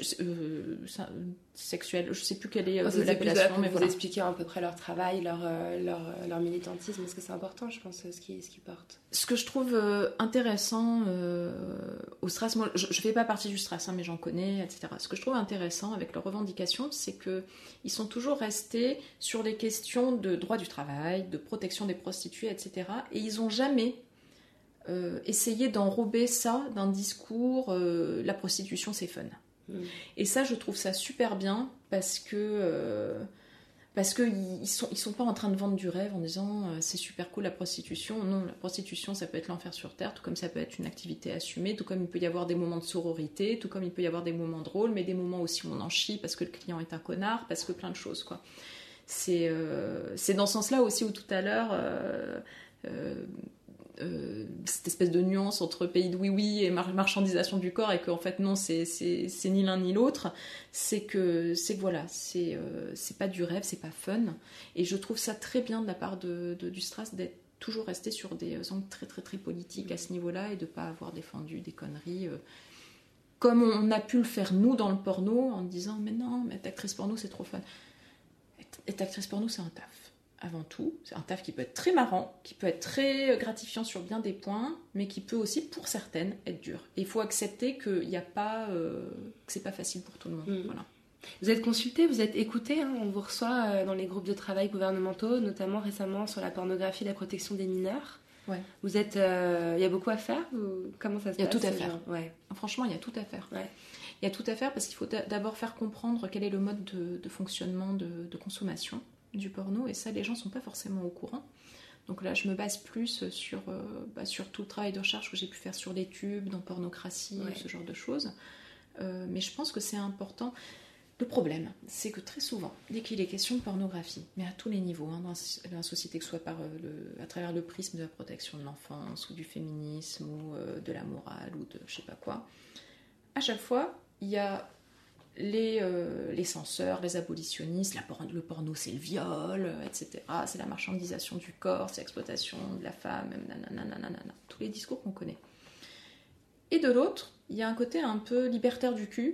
sexuels, je ne sais plus quelle est l'appellation. Mais vous expliquer à peu près leur travail, leur militantisme, parce que c'est important, je pense, ce qu'ils portent. Ce que je trouve intéressant au Stras, moi je ne fais pas partie du Stras, mais j'en connais, etc. Ce que je trouve intéressant avec leurs revendications, c'est qu'ils sont toujours restés sur les questions de droit du travail, de protection des prostituées, etc. Et ils n'ont jamais essayer d'enrober ça d'un discours la prostitution c'est fun. Et ça je trouve ça super bien parce que ils sont pas en train de vendre du rêve en disant c'est super cool la prostitution. Non, la prostitution ça peut être l'enfer sur terre, tout comme ça peut être une activité assumée, tout comme il peut y avoir des moments de sororité, tout comme il peut y avoir des moments drôles, mais des moments aussi où on en chie parce que le client est un connard, parce que plein de choses quoi. C'est dans ce sens là aussi où tout à l'heure cette espèce de nuance entre pays de oui-oui et marchandisation du corps, et qu'en fait non, c'est ni l'un ni l'autre, c'est que voilà, c'est pas du rêve, c'est pas fun, et je trouve ça très bien de la part du Stras d'être toujours resté sur des angles très très très politiques à ce niveau-là, et de pas avoir défendu des conneries comme on a pu le faire nous dans le porno, en disant mais non, mais être actrice porno c'est trop fun. Être actrice porno c'est un taf. Avant tout, c'est un taf qui peut être très marrant, qui peut être très gratifiant sur bien des points, mais qui peut aussi, pour certaines, être dur. Et il faut accepter que c'est pas facile pour tout le monde. Voilà. Vous êtes consulté, vous êtes écouté, on vous reçoit dans les groupes de travail gouvernementaux, notamment récemment sur la pornographie et la protection des mineurs. Ouais. Vous êtes, il y a beaucoup à faire comment ça se passe? Il y a tout à faire. Ouais. Franchement, il y a tout à faire. Ouais. Il y a tout à faire parce qu'il faut d'abord faire comprendre quel est le mode de fonctionnement de consommation du porno, et ça les gens sont pas forcément au courant. Donc là je me base plus sur tout le travail de recherche que j'ai pu faire sur les tubes, dans Pornocratie, ce genre de choses, mais je pense que c'est important. Le problème c'est que très souvent dès qu'il est question de pornographie, mais à tous les niveaux, dans la société, que ce soit à travers le prisme de la protection de l'enfance ou du féminisme ou de la morale ou de je sais pas quoi, à chaque fois il y a les censeurs, les abolitionnistes, le porno c'est le viol, etc. C'est la marchandisation du corps, c'est l'exploitation de la femme, nanana, tous les discours qu'on connaît. Et de l'autre, il y a un côté un peu libertaire du cul,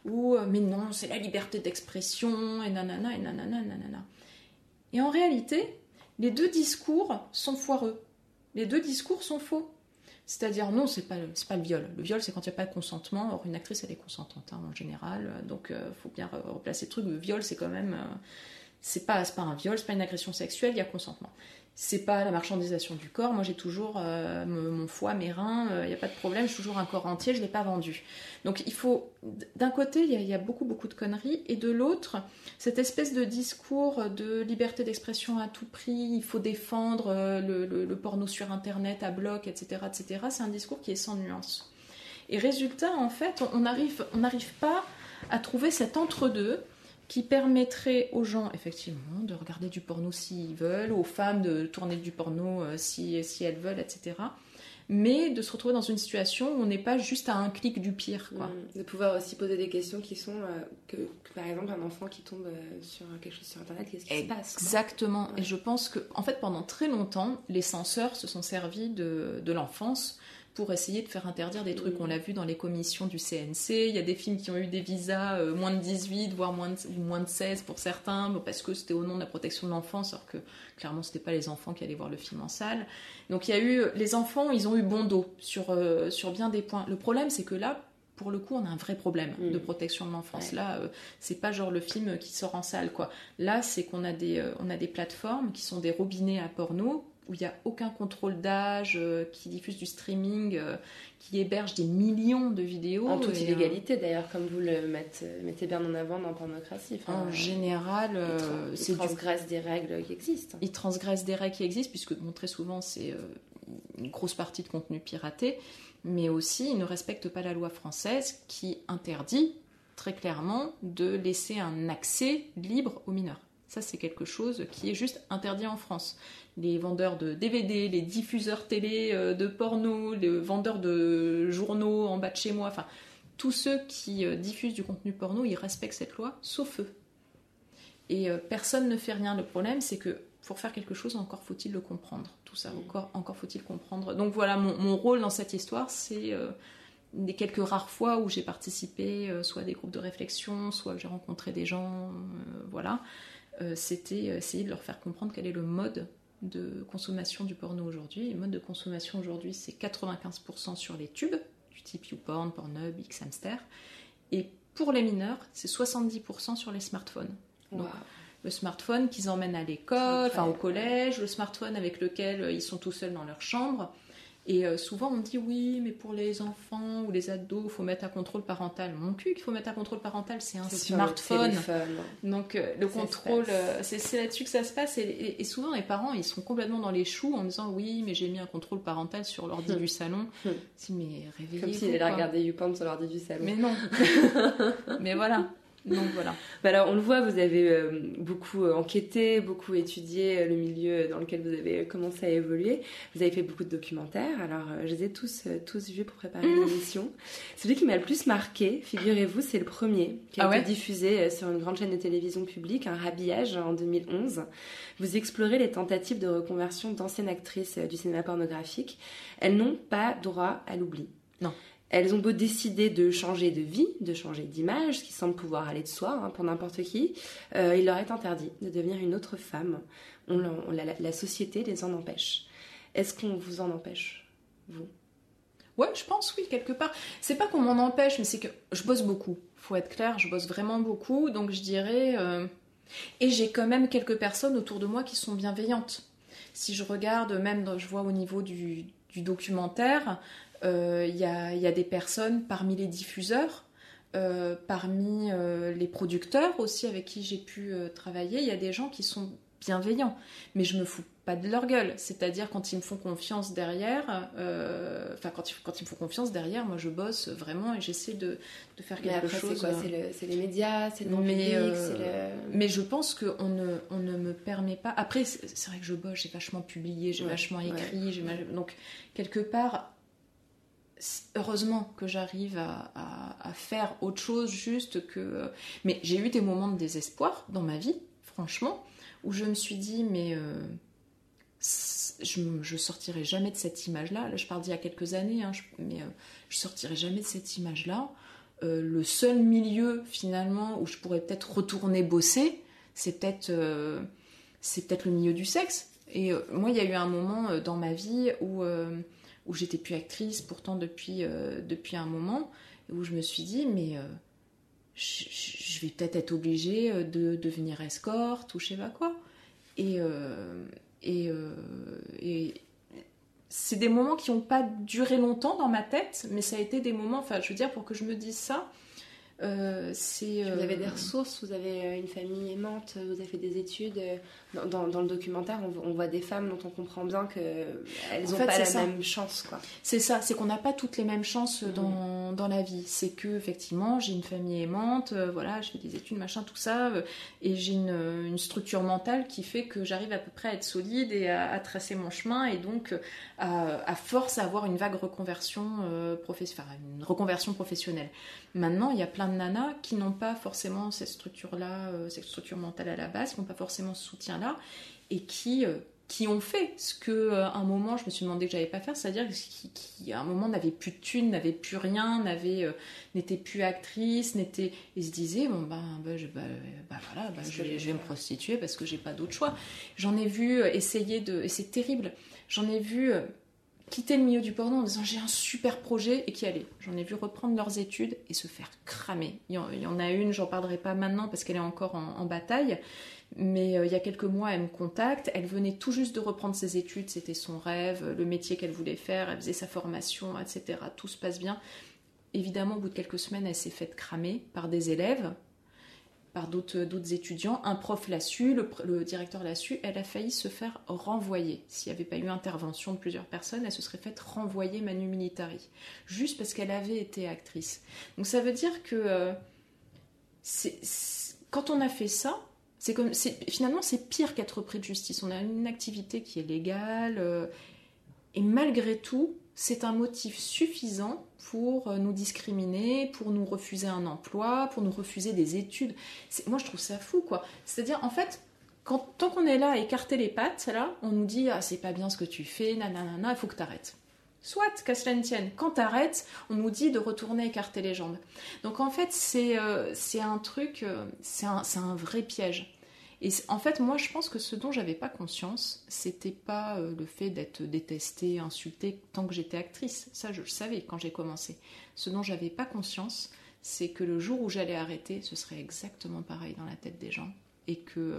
où mais non, c'est la liberté d'expression, et nanana, et nanana, nanana. Et en réalité, les deux discours sont foireux. Les deux discours sont faux. C'est-à-dire, non, c'est pas le viol. Le viol, c'est quand il n'y a pas de consentement. Or, une actrice, elle est consentante, hein, en général. Donc, faut bien replacer le truc. Le viol, c'est quand même... c'est pas un viol, c'est pas une agression sexuelle, il y a consentement. C'est pas la marchandisation du corps. Moi, j'ai toujours mon foie, mes reins, il n'y a pas de problème, j'ai toujours un corps entier, je ne l'ai pas vendu. Donc, il faut... D'un côté, il y a beaucoup, beaucoup de conneries, et de l'autre, cette espèce de discours de liberté d'expression à tout prix, il faut défendre le porno sur Internet à bloc, etc., etc., c'est un discours qui est sans nuance. Et résultat, en fait, on n'arrive pas à trouver cet entre-deux qui permettrait aux gens, effectivement, de regarder du porno s'ils veulent, aux femmes de tourner du porno si elles veulent, etc. Mais de se retrouver dans une situation où on n'est pas juste à un clic du pire, quoi. De pouvoir aussi poser des questions qui sont que par exemple, un enfant qui tombe sur quelque chose sur Internet, qu'est-ce qui se passe, quoi. Exactement. Ouais. Et je pense que, en fait, pendant très longtemps, les censeurs se sont servis de l'enfance pour essayer de faire interdire des trucs. On l'a vu dans les commissions du CNC, il y a des films qui ont eu des visas moins de 18, voire moins de 16 pour certains, parce que c'était au nom de la protection de l'enfance, alors que clairement c'était pas les enfants qui allaient voir le film en salle. Donc il y a eu, les enfants, ils ont eu bon dos sur bien des points. Le problème, c'est que là, pour le coup, on a un vrai problème de protection de l'enfance. Ouais. Là, c'est pas genre le film qui sort en salle, quoi. Là, c'est qu'on a des plateformes qui sont des robinets à porno, où il n'y a aucun contrôle d'âge, qui diffuse du streaming, qui héberge des millions de vidéos. En toute illégalité, d'ailleurs, comme vous le mettez bien en avant dans Pornocratie. En général, ils transgressent des règles qui existent. Ils transgressent des règles qui existent, puisque très souvent, c'est une grosse partie de contenu piraté, mais aussi, ils ne respectent pas la loi française qui interdit très clairement de laisser un accès libre aux mineurs. Ça, c'est quelque chose qui est juste interdit en France. Les vendeurs de DVD, les diffuseurs télé de porno, les vendeurs de journaux en bas de chez moi, enfin, tous ceux qui diffusent du contenu porno, ils respectent cette loi, sauf eux. Et personne ne fait rien. Le problème, c'est que pour faire quelque chose, encore faut-il le comprendre. Tout ça, encore faut-il comprendre. Donc voilà, mon rôle dans cette histoire, c'est... des quelques rares fois où j'ai participé, soit à des groupes de réflexion, soit j'ai rencontré des gens, voilà. C'était essayer de leur faire comprendre quel est le mode de consommation du porno aujourd'hui. Le mode de consommation aujourd'hui, c'est 95% sur les tubes, du type YouPorn, Pornhub, Xhamster. Et pour les mineurs, c'est 70% sur les smartphones. Donc, le smartphone qu'ils emmènent à l'école, enfin au collège, le smartphone avec lequel ils sont tout seuls dans leur chambre. Et souvent on dit oui, mais pour les enfants ou les ados, il faut mettre à contrôle parental. Mon cul qu'il faut mettre à contrôle parental, c'est un smartphone. Donc le contrôle, c'est là-dessus que ça se passe. Et souvent les parents, ils sont complètement dans les choux en disant oui, mais j'ai mis un contrôle parental sur l'ordi du salon. Mais réveillez-vous. Comme s'il allait regarder YouPorn sur l'ordi du salon. Mais non. Mais voilà. Donc voilà. Alors on le voit, vous avez beaucoup enquêté, beaucoup étudié le milieu dans lequel vous avez commencé à évoluer. Vous avez fait beaucoup de documentaires. Alors je les ai tous vus pour préparer l'émission. Celui qui m'a le plus marqué, figurez-vous, c'est le premier qui a été diffusé sur une grande chaîne de télévision publique, Un rhabillage, en 2011. Vous explorez les tentatives de reconversion d'anciennes actrices du cinéma pornographique. Elles n'ont pas droit à l'oubli. Non. Elles ont beau décider de changer de vie, de changer d'image, ce qui semble pouvoir aller de soi pour n'importe qui, il leur est interdit de devenir une autre femme. La société les en empêche. Est-ce qu'on vous en empêche, vous ? Ouais, je pense oui, quelque part. C'est pas qu'on m'en empêche, mais c'est que je bosse beaucoup. Faut être clair, je bosse vraiment beaucoup, donc je dirais... Et j'ai quand même quelques personnes autour de moi qui sont bienveillantes. Si je regarde, même je vois au niveau du documentaire... Il y a des personnes parmi les diffuseurs, parmi les producteurs aussi avec qui j'ai pu travailler, il y a des gens qui sont bienveillants, mais je me fous pas de leur gueule, c'est-à-dire quand ils me font confiance derrière, quand ils me font confiance derrière, moi je bosse vraiment et j'essaie de faire quelque chose. C'est quoi, c'est les médias, c'est le grand public, mais je pense qu'on ne me permet pas. Après c'est vrai que je bosse, j'ai vachement publié, j'ai vachement écrit, donc quelque part. Heureusement que j'arrive à faire autre chose juste que... Mais j'ai eu des moments de désespoir dans ma vie, franchement, où je me suis dit, mais je sortirai jamais de cette image-là. Là, je parle d'il y a quelques années, mais je sortirai jamais de cette image-là. le seul milieu finalement où je pourrais peut-être retourner bosser, c'est peut-être le milieu du sexe. Et moi, il y a eu un moment dans ma vie où j'étais plus actrice, pourtant depuis un moment, où je me suis dit, mais je vais peut-être être obligée de devenir escorte ou je sais pas quoi. Et c'est des moments qui n'ont pas duré longtemps dans ma tête, mais ça a été des moments, enfin, je veux dire, pour que je me dise ça, c'est... Vous avez des ressources, vous avez une famille aimante, vous avez fait des études. Dans le documentaire, on voit des femmes dont on comprend bien qu'elles n'ont pas la même chance, quoi. C'est ça, c'est qu'on n'a pas toutes les mêmes chances dans la vie. C'est que, effectivement, j'ai une famille aimante, voilà, je fais des études, machin, tout ça, et j'ai une structure mentale qui fait que j'arrive à peu près à être solide et à tracer mon chemin, et donc à force à avoir une vague reconversion, une reconversion professionnelle. Maintenant, il y a plein de nanas qui n'ont pas forcément cette structure-là, cette structure mentale à la base, qui n'ont pas forcément ce soutien-là, et qui ont fait ce que à un moment je me suis demandé que j'allais pas faire, c'est-à-dire qui à un moment n'avaient plus de thunes, n'avaient plus rien, n'étaient plus actrices, et se disaient je vais me prostituer parce que j'ai pas d'autre choix. J'en ai vu et c'est terrible, j'en ai vu quitter le milieu du porno en disant j'ai un super projet et qui allait. J'en ai vu reprendre leurs études et se faire cramer. Il y en a une, j'en parlerai pas maintenant parce qu'elle est encore en bataille, mais il y a quelques mois, elle me contacte. Elle venait tout juste de reprendre ses études, c'était son rêve, le métier qu'elle voulait faire, elle faisait sa formation, etc. Tout se passe bien. Évidemment, au bout de quelques semaines, elle s'est faite cramer par des élèves, par d'autres étudiants. Un prof l'a su, le directeur l'a su, elle a failli se faire renvoyer. S'il n'y avait pas eu intervention de plusieurs personnes, elle se serait faite renvoyer manu militari, juste parce qu'elle avait été actrice. Donc ça veut dire que quand on a fait ça, finalement c'est pire qu'être pris de justice. On a une activité qui est légale, et malgré tout, c'est un motif suffisant pour nous discriminer, pour nous refuser un emploi, pour nous refuser des études. Moi, je trouve ça fou, quoi. C'est-à-dire, en fait, tant qu'on est là à écarter les pattes, là, on nous dit « Ah, c'est pas bien ce que tu fais, nanana, il faut que t'arrêtes. » Soit, qu'à cela ne tienne. Quand t'arrêtes, on nous dit de retourner écarter les jambes. Donc, en fait, c'est un truc, c'est un vrai piège. Et en fait, moi, je pense que ce dont j'avais pas conscience, c'était pas le fait d'être détestée, insultée tant que j'étais actrice. Ça, je le savais quand j'ai commencé. Ce dont j'avais pas conscience, c'est que le jour où j'allais arrêter, ce serait exactement pareil dans la tête des gens. Et que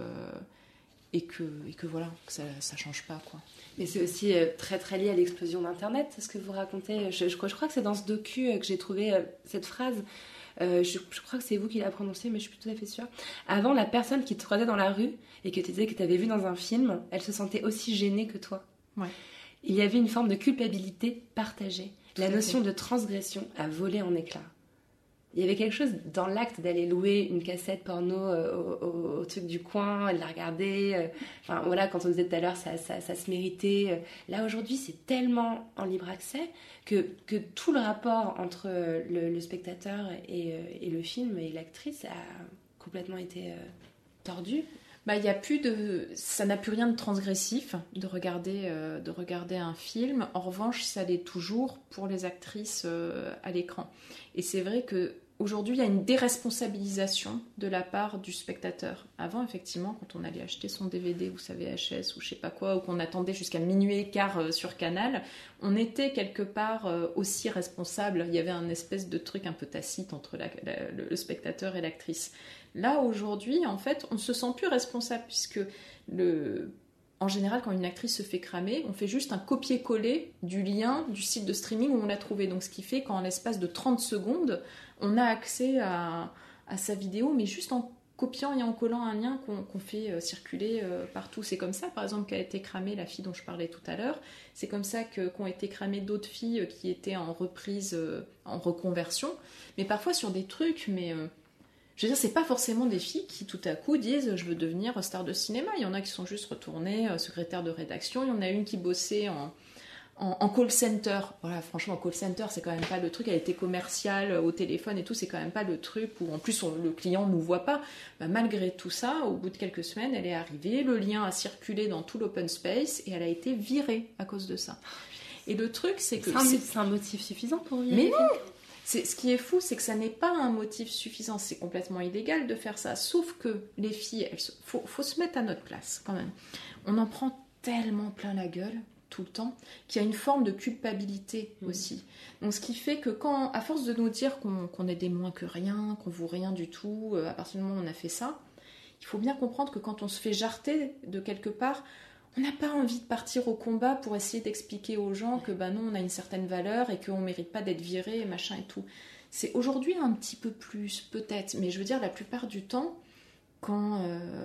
voilà, que ça change pas, quoi. Mais c'est aussi très très lié à l'explosion d'Internet, ce que vous racontez. Je crois que c'est dans ce docu que j'ai trouvé cette phrase. Je crois que c'est vous qui l'a prononcé, mais je suis plus tout à fait sûre. Avant, la personne qui te croisait dans la rue et que tu disais que tu avais vu dans un film, elle se sentait aussi gênée que toi. Ouais. Il y avait une forme de culpabilité partagée. La notion de transgression a volé en éclats. Il y avait quelque chose dans l'acte d'aller louer une cassette porno au truc du coin, et de la regarder. Enfin, voilà, quand on disait tout à l'heure, ça se méritait. Là, aujourd'hui, c'est tellement en libre accès que tout le rapport entre le spectateur et le film et l'actrice a complètement été tordu. Bah, ça n'a plus rien de transgressif de regarder un film. En revanche, ça l'est toujours pour les actrices à l'écran. Et c'est vrai que aujourd'hui, il y a une déresponsabilisation de la part du spectateur. Avant, effectivement, quand on allait acheter son DVD ou sa VHS ou je sais pas quoi, ou qu'on attendait jusqu'à minuit et quart sur Canal, on était quelque part aussi responsable. Il y avait un espèce de truc un peu tacite entre le spectateur et l'actrice. Là, aujourd'hui, en fait, on ne se sent plus responsable puisque en général, quand une actrice se fait cramer, on fait juste un copier-coller du lien du site de streaming où on l'a trouvé. Donc, ce qui fait qu'en l'espace de 30 secondes, on a accès à sa vidéo, mais juste en copiant et en collant un lien qu'on fait circuler partout. C'est comme ça, par exemple, qu'a été cramée la fille dont je parlais tout à l'heure. C'est comme ça qu'ont été cramées d'autres filles qui étaient en reprise, en reconversion. Mais parfois sur des trucs, je veux dire, c'est pas forcément des filles qui tout à coup disent je veux devenir star de cinéma. Il y en a qui sont juste retournées secrétaire de rédaction. Il y en a une qui bossait en call center. Voilà, franchement, call center, c'est quand même pas le truc. Elle était commerciale au téléphone et tout, c'est quand même pas le truc où en plus le client nous voit pas. Bah, malgré tout ça, au bout de quelques semaines, elle est arrivée. Le lien a circulé dans tout l'open space et elle a été virée à cause de ça. Et le truc, c'est que c'est un motif suffisant pour virer. Mais non. Ce qui est fou, c'est que ça n'est pas un motif suffisant. C'est complètement illégal de faire ça. Sauf que les filles, faut se mettre à notre place quand même. On en prend tellement plein la gueule tout le temps qu'il y a une forme de culpabilité aussi. Donc ce qui fait que quand, à force de nous dire qu'on est des moins que rien, qu'on vaut rien du tout, à partir du moment où on a fait ça, il faut bien comprendre que quand on se fait jarter de quelque part, on n'a pas envie de partir au combat pour essayer d'expliquer aux gens que non, on a une certaine valeur et qu'on ne mérite pas d'être viré et machin et tout. C'est aujourd'hui un petit peu plus, peut-être, mais je veux dire, la plupart du temps, quand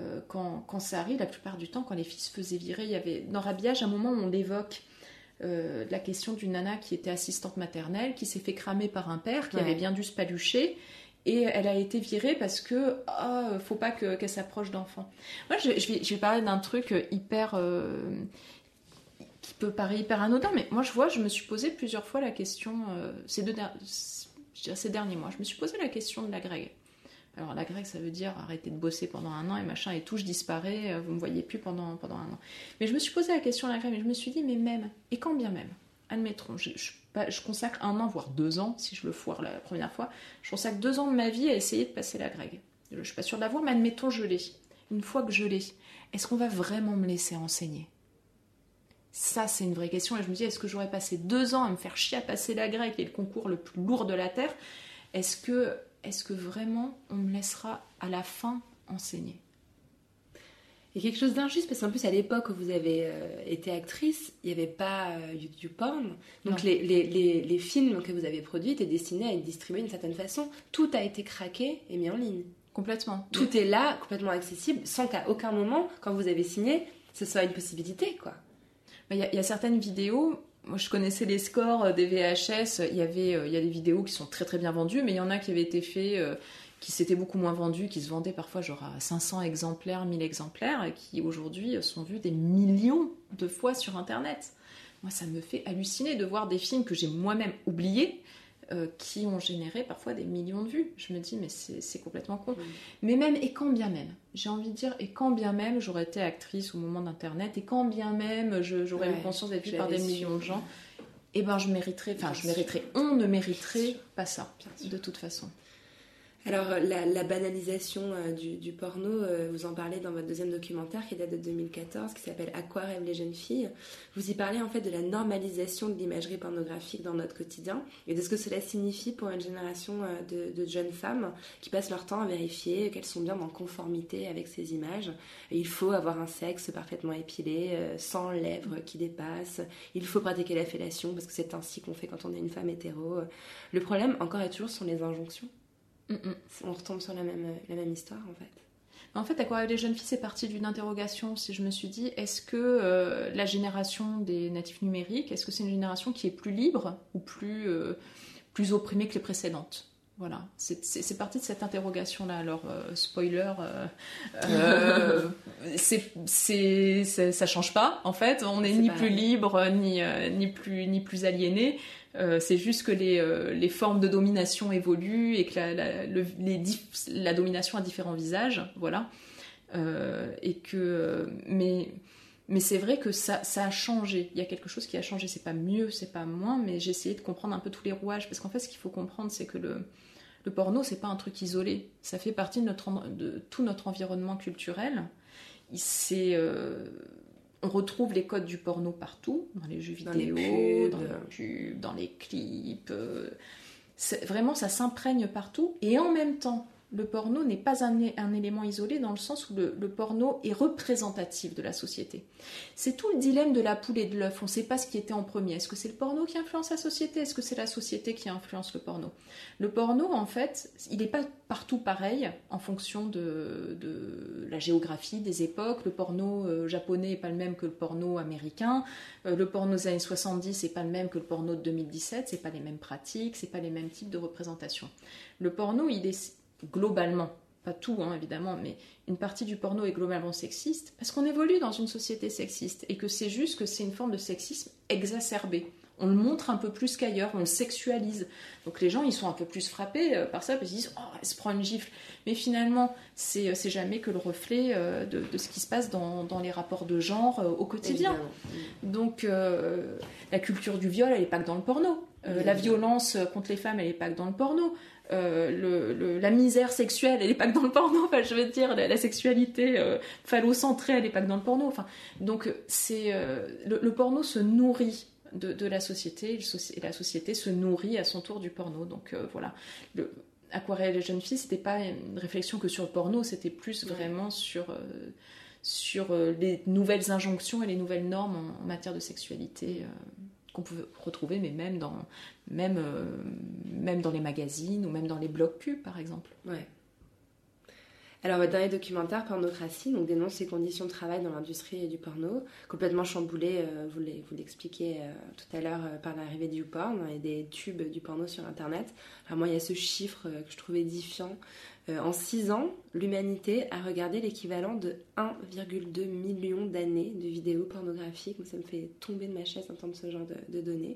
ça arrive, la plupart du temps, quand les filles se faisaient virer, il y avait, dans Rhabillage, à un moment où on évoque la question d'une nana qui était assistante maternelle, qui s'est fait cramer par un père, qui avait bien dû se palucher, et elle a été virée parce que faut pas qu'elle s'approche d'enfants. Moi, je vais parler d'un truc hyper qui peut paraître hyper anodin, mais moi je me suis posé plusieurs fois la question ces derniers mois. Je me suis posé la question de la Greg. Alors la Greg, ça veut dire arrêter de bosser pendant 1 an et machin et tout, je disparais, vous me voyez plus pendant 1 an. Mais je me suis posé la question de la Greg, mais je me suis dit, mais même, et quand bien même, admettons, je consacre 1 an, voire 2 ans, si je le foire la première fois, je consacre 2 ans de ma vie à essayer de passer la Greg. Je suis pas sûre de l'avoir, mais admettons, je l'ai. Une fois que je l'ai, est-ce qu'on va vraiment me laisser enseigner ? Ça, c'est une vraie question, et je me dis, est-ce que j'aurais passé 2 ans à me faire chier à passer la Greg, qui est le concours le plus lourd de la Terre ? Est-ce que vraiment on me laissera à la fin enseigner ? Il y a quelque chose d'injuste, parce qu'en plus, à l'époque où vous avez été actrice, il n'y avait pas YouTube Porn. Donc les films que vous avez produits étaient destinés à être distribués d'une certaine façon. Tout a été craqué et mis en ligne. Complètement. Tout est là, complètement accessible, sans qu'à aucun moment, quand vous avez signé, ce soit une possibilité, quoi. Il y a certaines vidéos... Moi, je connaissais les scores des VHS. Il y a des vidéos qui sont très très bien vendues, mais il y en a qui avaient été faits, qui s'étaient beaucoup moins vendus, qui se vendaient parfois genre à 500 exemplaires, 1000 exemplaires, et qui aujourd'hui sont vus des millions de fois sur Internet. Moi, ça me fait halluciner de voir des films que j'ai moi-même oubliés, qui ont généré parfois des millions de vues. Je me dis, mais c'est complètement con. Mais même, et quand bien même, j'ai envie de dire, et quand bien même j'aurais été actrice au moment d'Internet, et quand bien même j'aurais eu conscience d'être vue par des millions de gens, et on ne mériterait pas ça, de toute façon. Alors, la banalisation du porno, vous en parlez dans votre deuxième documentaire qui date de 2014, qui s'appelle « À quoi rêvent les jeunes filles ?» Vous y parlez en fait de la normalisation de l'imagerie pornographique dans notre quotidien et de ce que cela signifie pour une génération de jeunes femmes qui passent leur temps à vérifier qu'elles sont bien en conformité avec ces images. Et il faut avoir un sexe parfaitement épilé, sans lèvres qui dépassent. Il faut pratiquer la fellation parce que c'est ainsi qu'on fait quand on est une femme hétéro. Le problème, encore et toujours, sont les injonctions. On retombe sur la même histoire en fait. En fait, à quoi rêvent les jeunes filles, c'est parti d'une interrogation. Si je me suis dit, est-ce que la génération des natifs numériques, est-ce que c'est une génération qui est plus libre ou plus opprimée que les précédentes ? Voilà, c'est parti de cette interrogation-là. Alors, spoiler, ça change pas. En fait, on n'est ni plus libre ni plus aliéné. C'est juste que les formes de domination évoluent et que la domination a différents visages, voilà. Mais c'est vrai que ça a changé. Il y a quelque chose qui a changé. C'est pas mieux, c'est pas moins, mais j'ai essayé de comprendre un peu tous les rouages. Parce qu'en fait, ce qu'il faut comprendre, c'est que le porno, c'est pas un truc isolé. Ça fait partie de tout notre environnement culturel. On retrouve les codes du porno partout, dans les jeux vidéo, dans les pubs, dans les clips. Vraiment, ça s'imprègne partout. Et en même temps, le porno n'est pas un élément isolé dans le sens où le porno est représentatif de la société. C'est tout le dilemme de la poule et de l'œuf. On ne sait pas ce qui était en premier. Est-ce que c'est le porno qui influence la société ? Est-ce que c'est la société qui influence le porno ? Le porno, en fait, il n'est pas partout pareil en fonction de la géographie, des époques. Le porno japonais n'est pas le même que le porno américain. Le porno des années 70 n'est pas le même que le porno de 2017. Ce n'est pas les mêmes pratiques, ce n'est pas les mêmes types de représentations. Le porno, il est globalement, pas tout évidemment, mais une partie du porno est globalement sexiste parce qu'on évolue dans une société sexiste et que c'est juste que c'est une forme de sexisme exacerbé. on le montre un peu plus qu'ailleurs, on le sexualise. Donc les gens, ils sont un peu plus frappés par ça, parce qu'ils disent « Oh, elle se prend une gifle ». Mais finalement, c'est jamais que le reflet de ce qui se passe dans les rapports de genre au quotidien. Donc la culture du viol, elle n'est pas que dans le porno. La violence contre les femmes, elle n'est pas que dans le porno. La misère sexuelle, elle n'est pas que dans le porno. Enfin, je veux dire, la sexualité phallocentrée, elle n'est pas que dans le porno. Enfin, donc le porno se nourrit de la société, et la société se nourrit à son tour du porno. Donc voilà. Aquarelle et jeunes filles, c'était pas une réflexion que sur le porno, c'était plus vraiment sur les nouvelles injonctions et les nouvelles normes en matière de sexualité qu'on peut retrouver, mais même dans les magazines ou même dans les blogs pubs, par exemple. Ouais. Alors, votre dernier documentaire, Pornocratie, donc dénonce les conditions de travail dans l'industrie du porno, complètement chamboulées, vous l'expliquez tout à l'heure, par l'arrivée du YouPorn et des tubes du porno sur Internet. Alors moi, il y a ce chiffre que je trouve édifiant. En 6 ans, l'humanité a regardé l'équivalent de 1,2 million d'années de vidéos pornographiques. Ça me fait tomber de ma chaise d'entendre ce genre de données.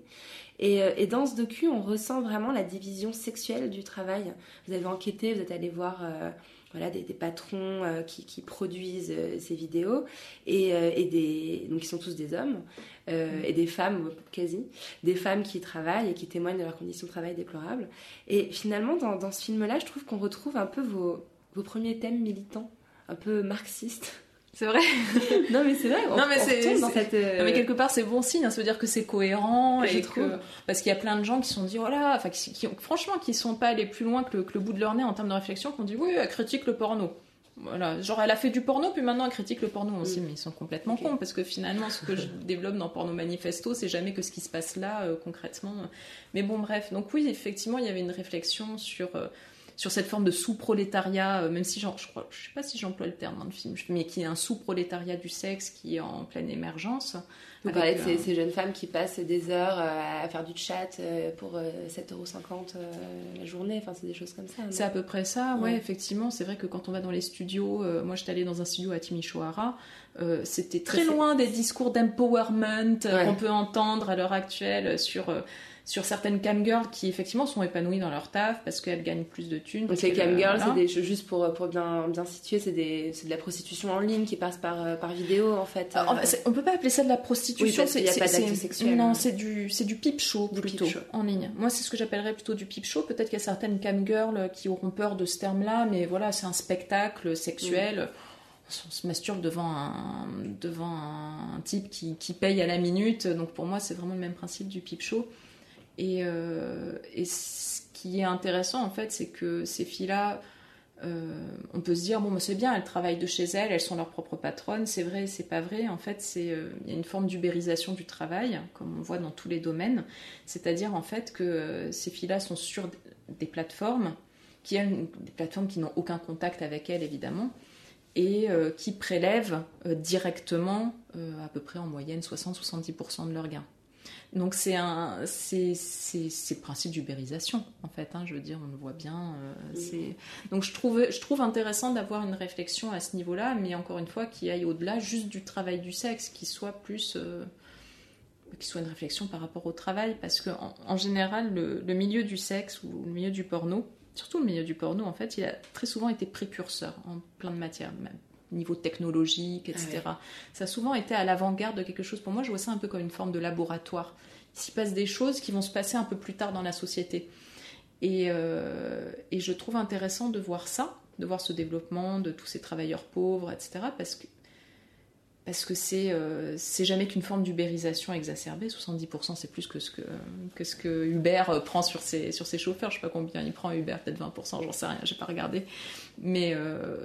Et dans ce docu, on ressent vraiment la division sexuelle du travail. Vous avez enquêté, vous êtes allé voir... des patrons qui produisent ces vidéos donc ils sont tous des hommes et des femmes quasi, des femmes qui travaillent et qui témoignent de leurs conditions de travail déplorables. Et finalement dans ce film-là, je trouve qu'on retrouve un peu vos premiers thèmes militants, un peu marxistes. C'est vrai. Non mais c'est vrai. On retombe dans cette. Non, mais quelque part c'est bon signe, ça veut dire que c'est cohérent je trouve. Parce qu'il y a plein de gens qui se sont dit voilà, enfin franchement qui sont pas allés plus loin que le bout de leur nez en termes de réflexion, qui ont dit oui, elle critique le porno. Voilà, genre elle a fait du porno puis maintenant elle critique le porno aussi, mais ils sont complètement cons parce que finalement ce que je développe dans Porno Manifesto, c'est jamais que ce qui se passe là concrètement. Mais bon bref, donc oui effectivement il y avait une réflexion sur cette forme de sous-prolétariat, même si je sais pas si j'emploie le terme dans le film, mais qui est un sous-prolétariat du sexe qui est en pleine émergence. Vous parlez de ces jeunes femmes qui passent des heures à faire du chat pour 7,50€ la journée, enfin c'est des choses comme ça. Non ? C'est à peu près ça, ouais, effectivement. C'est vrai que quand on va dans les studios, moi j'étais allée dans un studio à Timisoara, c'était très loin des discours d'empowerment qu'on peut entendre à l'heure actuelle sur certaines camgirls qui effectivement sont épanouies dans leur taf parce qu'elles gagnent plus de thunes. Donc les camgirls, voilà. Juste pour bien situer, c'est de la prostitution en ligne qui passe par vidéo en fait. On peut pas appeler ça de la prostitution. Il n'y a pas d'acte sexuel. Non, c'est du peep show plutôt en ligne. Moi c'est ce que j'appellerais plutôt du peep show. Peut-être qu'il y a certaines camgirls qui auront peur de ce terme-là, mais voilà, c'est un spectacle sexuel. On se masturbe devant un type qui paye à la minute. Donc pour moi c'est vraiment le même principe du peep show. Et ce qui est intéressant en fait, c'est que ces filles-là, on peut se dire bon, c'est bien, elles travaillent de chez elles sont leurs propres patronnes. C'est vrai, c'est pas vrai. En fait, il y a une forme d'ubérisation du travail, comme on voit dans tous les domaines. C'est-à-dire en fait que ces filles-là sont sur des plateformes qui n'ont aucun contact avec elles évidemment, et qui prélèvent directement à peu près en moyenne 60-70% de leurs gains. Donc c'est le principe d'ubérisation en fait, je veux dire, on le voit bien. Donc je trouve intéressant d'avoir une réflexion à ce niveau-là, mais encore une fois qui aille au-delà juste du travail du sexe, qui soit une réflexion par rapport au travail, parce que en général le milieu du sexe ou le milieu du porno, surtout le milieu du porno en fait, il a très souvent été précurseur en plein de matières, même niveau technologique, etc. Ouais. Ça a souvent été à l'avant-garde de quelque chose. Pour moi, je vois ça un peu comme une forme de laboratoire. Il s'y passe des choses qui vont se passer un peu plus tard dans la société. Et je trouve intéressant de voir ça, de voir ce développement de tous ces travailleurs pauvres, etc. Parce que c'est jamais qu'une forme d'ubérisation exacerbée. 70%, c'est plus que ce que Uber prend sur ses chauffeurs. Je sais pas combien il prend Uber, peut-être 20%, j'en sais rien, j'ai pas regardé. Mais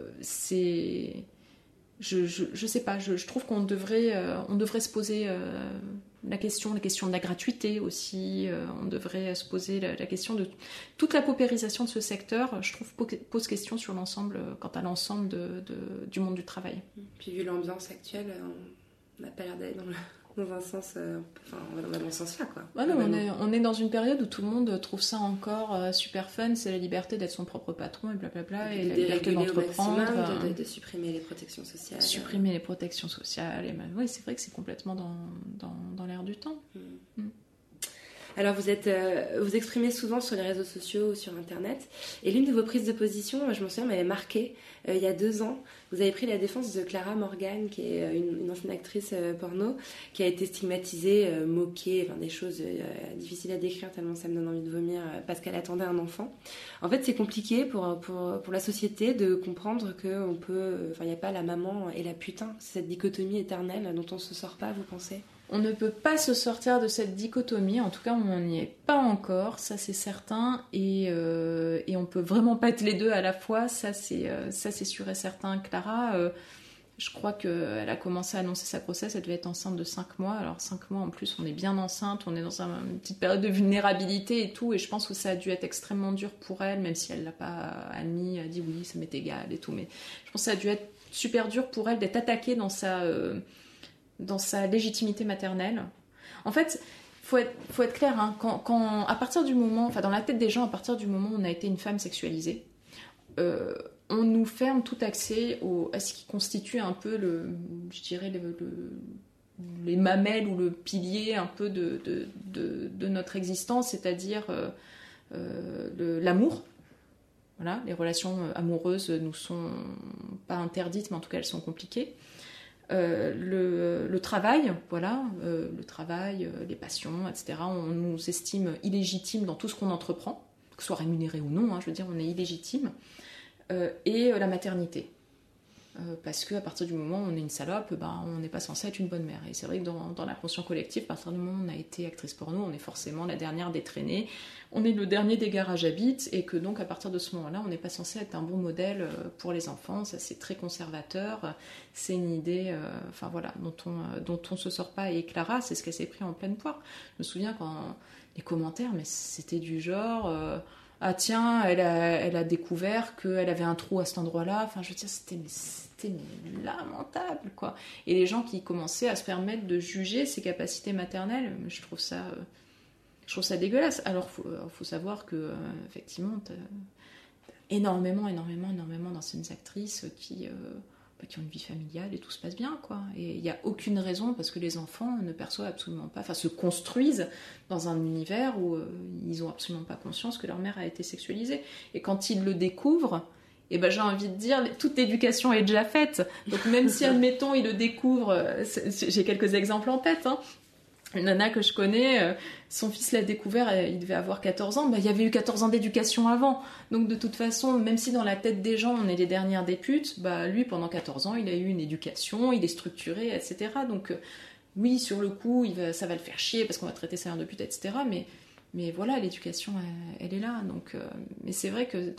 je sais pas, je trouve qu'on devrait se poser la question de la gratuité aussi. On devrait se poser la question de toute la paupérisation de ce secteur. Je trouve pose question sur l'ensemble, quant à l'ensemble du monde du travail. Puis vu l'ambiance actuelle, on n'a pas l'air d'aller dans un sens, on va dans le sens là quoi. Ouais, non, on est dans une période où tout le monde trouve ça encore super fun, c'est la liberté d'être son propre patron et blablabla, et la liberté d'entreprendre, de supprimer les protections sociales. Oui, c'est vrai que c'est complètement dans l'air du temps. Alors vous exprimez souvent sur les réseaux sociaux ou sur Internet, et l'une de vos prises de position, je m'en souviens, m'avait marqué. Il y a 2 ans, vous avez pris la défense de Clara Morgan, qui est une ancienne actrice porno, qui a été stigmatisée, moquée, enfin des choses difficiles à décrire tellement ça me donne envie de vomir, parce qu'elle attendait un enfant. En fait, c'est compliqué pour la société de comprendre qu'on peut, il n'y a pas la maman et la putain, cette dichotomie éternelle dont on ne se sort pas, vous pensez ? On ne peut pas se sortir de cette dichotomie, en tout cas on n'y est pas encore, ça c'est certain, et on peut vraiment pas être les deux à la fois, ça c'est sûr et certain. Clara, je crois qu'elle a commencé à annoncer sa grossesse, elle devait être enceinte de 5 mois, alors 5 mois en plus on est bien enceinte, on est dans une petite période de vulnérabilité et tout, et je pense que ça a dû être extrêmement dur pour elle, même si elle l'a pas admis, elle a dit oui ça m'est égal et tout, mais je pense que ça a dû être super dur pour elle d'être attaquée dans sa légitimité maternelle. En fait, faut être clair, hein, quand à partir du moment, enfin dans la tête des gens, à partir du moment où on a été une femme sexualisée, on nous ferme tout accès à ce qui constitue un peu les mamelles ou le pilier un peu de notre existence, c'est-à-dire l'amour. Voilà, les relations amoureuses nous sont pas interdites, mais en tout cas elles sont compliquées. Le travail, voilà, le travail, les passions, etc. On nous estime illégitimes dans tout ce qu'on entreprend, que ce soit rémunéré ou non, hein, je veux dire, on est illégitime. Et la maternité. Parce qu'à partir du moment où on est une salope, on n'est pas censé être une bonne mère. Et c'est vrai que dans l'inconscient collectif, à partir du moment où on a été actrice porno, on est forcément la dernière des traînées, on est le dernier des garages à bites, et que donc à partir de ce moment-là, on n'est pas censé être un bon modèle pour les enfants. Ça, c'est très conservateur, c'est une idée dont on se sort pas. Et Clara, c'est ce qu'elle s'est pris en pleine poire. Je me souviens quand les commentaires, mais c'était du genre... ah tiens, elle a découvert qu'elle avait un trou à cet endroit-là. Enfin, je veux dire, c'était lamentable, quoi. Et les gens qui commençaient à se permettre de juger ses capacités maternelles, je trouve ça dégueulasse. Alors, faut savoir que, effectivement, t'as énormément d'anciennes actrices qui ont une vie familiale et tout se passe bien, quoi. Et il n'y a aucune raison, parce que les enfants ne perçoivent absolument pas, enfin se construisent dans un univers où ils n'ont absolument pas conscience que leur mère a été sexualisée. Et quand ils le découvrent, j'ai envie de dire, toute l'éducation est déjà faite. Donc même si, admettons, ils le découvrent, j'ai quelques exemples en tête, hein. Une nana que je connais, son fils l'a découvert, il devait avoir 14 ans, il y avait eu 14 ans d'éducation avant. Donc de toute façon, même si dans la tête des gens on est les dernières des putes, lui pendant 14 ans il a eu une éducation, il est structuré, etc. Donc oui, sur le coup, ça va le faire chier parce qu'on va traiter ça de pute, etc. Mais voilà, l'éducation, elle est là. Donc, mais c'est vrai que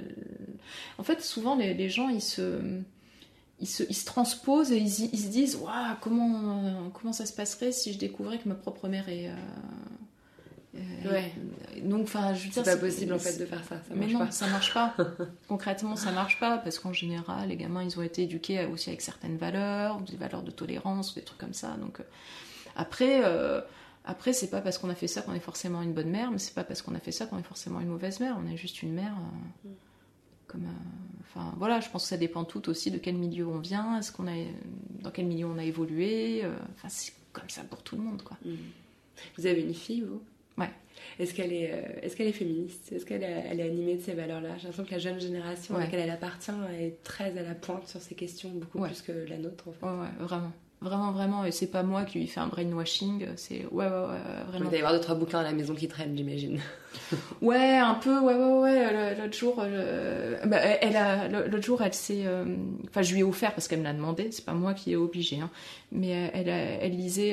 en fait, souvent les gens, ils se transposent et ils se disent waouh, comment ça se passerait si je découvrais que ma propre mère est ouais. Donc enfin je veux dire, c'est pas possible en fait de faire ça marche pas. Ça marche pas. Concrètement ça marche pas, parce qu'en général les gamins ils ont été éduqués aussi avec certaines valeurs, des valeurs de tolérance, des trucs comme ça. Donc après c'est pas parce qu'on a fait ça qu'on est forcément une bonne mère, mais c'est pas parce qu'on a fait ça qu'on est forcément une mauvaise mère. On est juste une mère enfin voilà, je pense que ça dépend tout aussi de quel milieu on vient, dans quel milieu on a évolué, enfin c'est comme ça pour tout le monde, quoi. Vous avez une fille, vous ? Ouais. Est-ce qu'elle est féministe ? Est-ce qu'elle est animée de ces valeurs-là ? J'ai l'impression que la jeune génération à laquelle elle appartient est très à la pointe sur ces questions, beaucoup plus que la nôtre, en fait. Ouais, vraiment, et c'est pas moi qui lui fais un brainwashing, c'est vraiment. Vous allez avoir 2-3 bouquins à la maison qui traînent, j'imagine. Ouais, un peu, ouais. L'autre jour, elle s'est, enfin, je lui ai offert parce qu'elle me l'a demandé, c'est pas moi qui ai obligé, hein. Mais elle lisait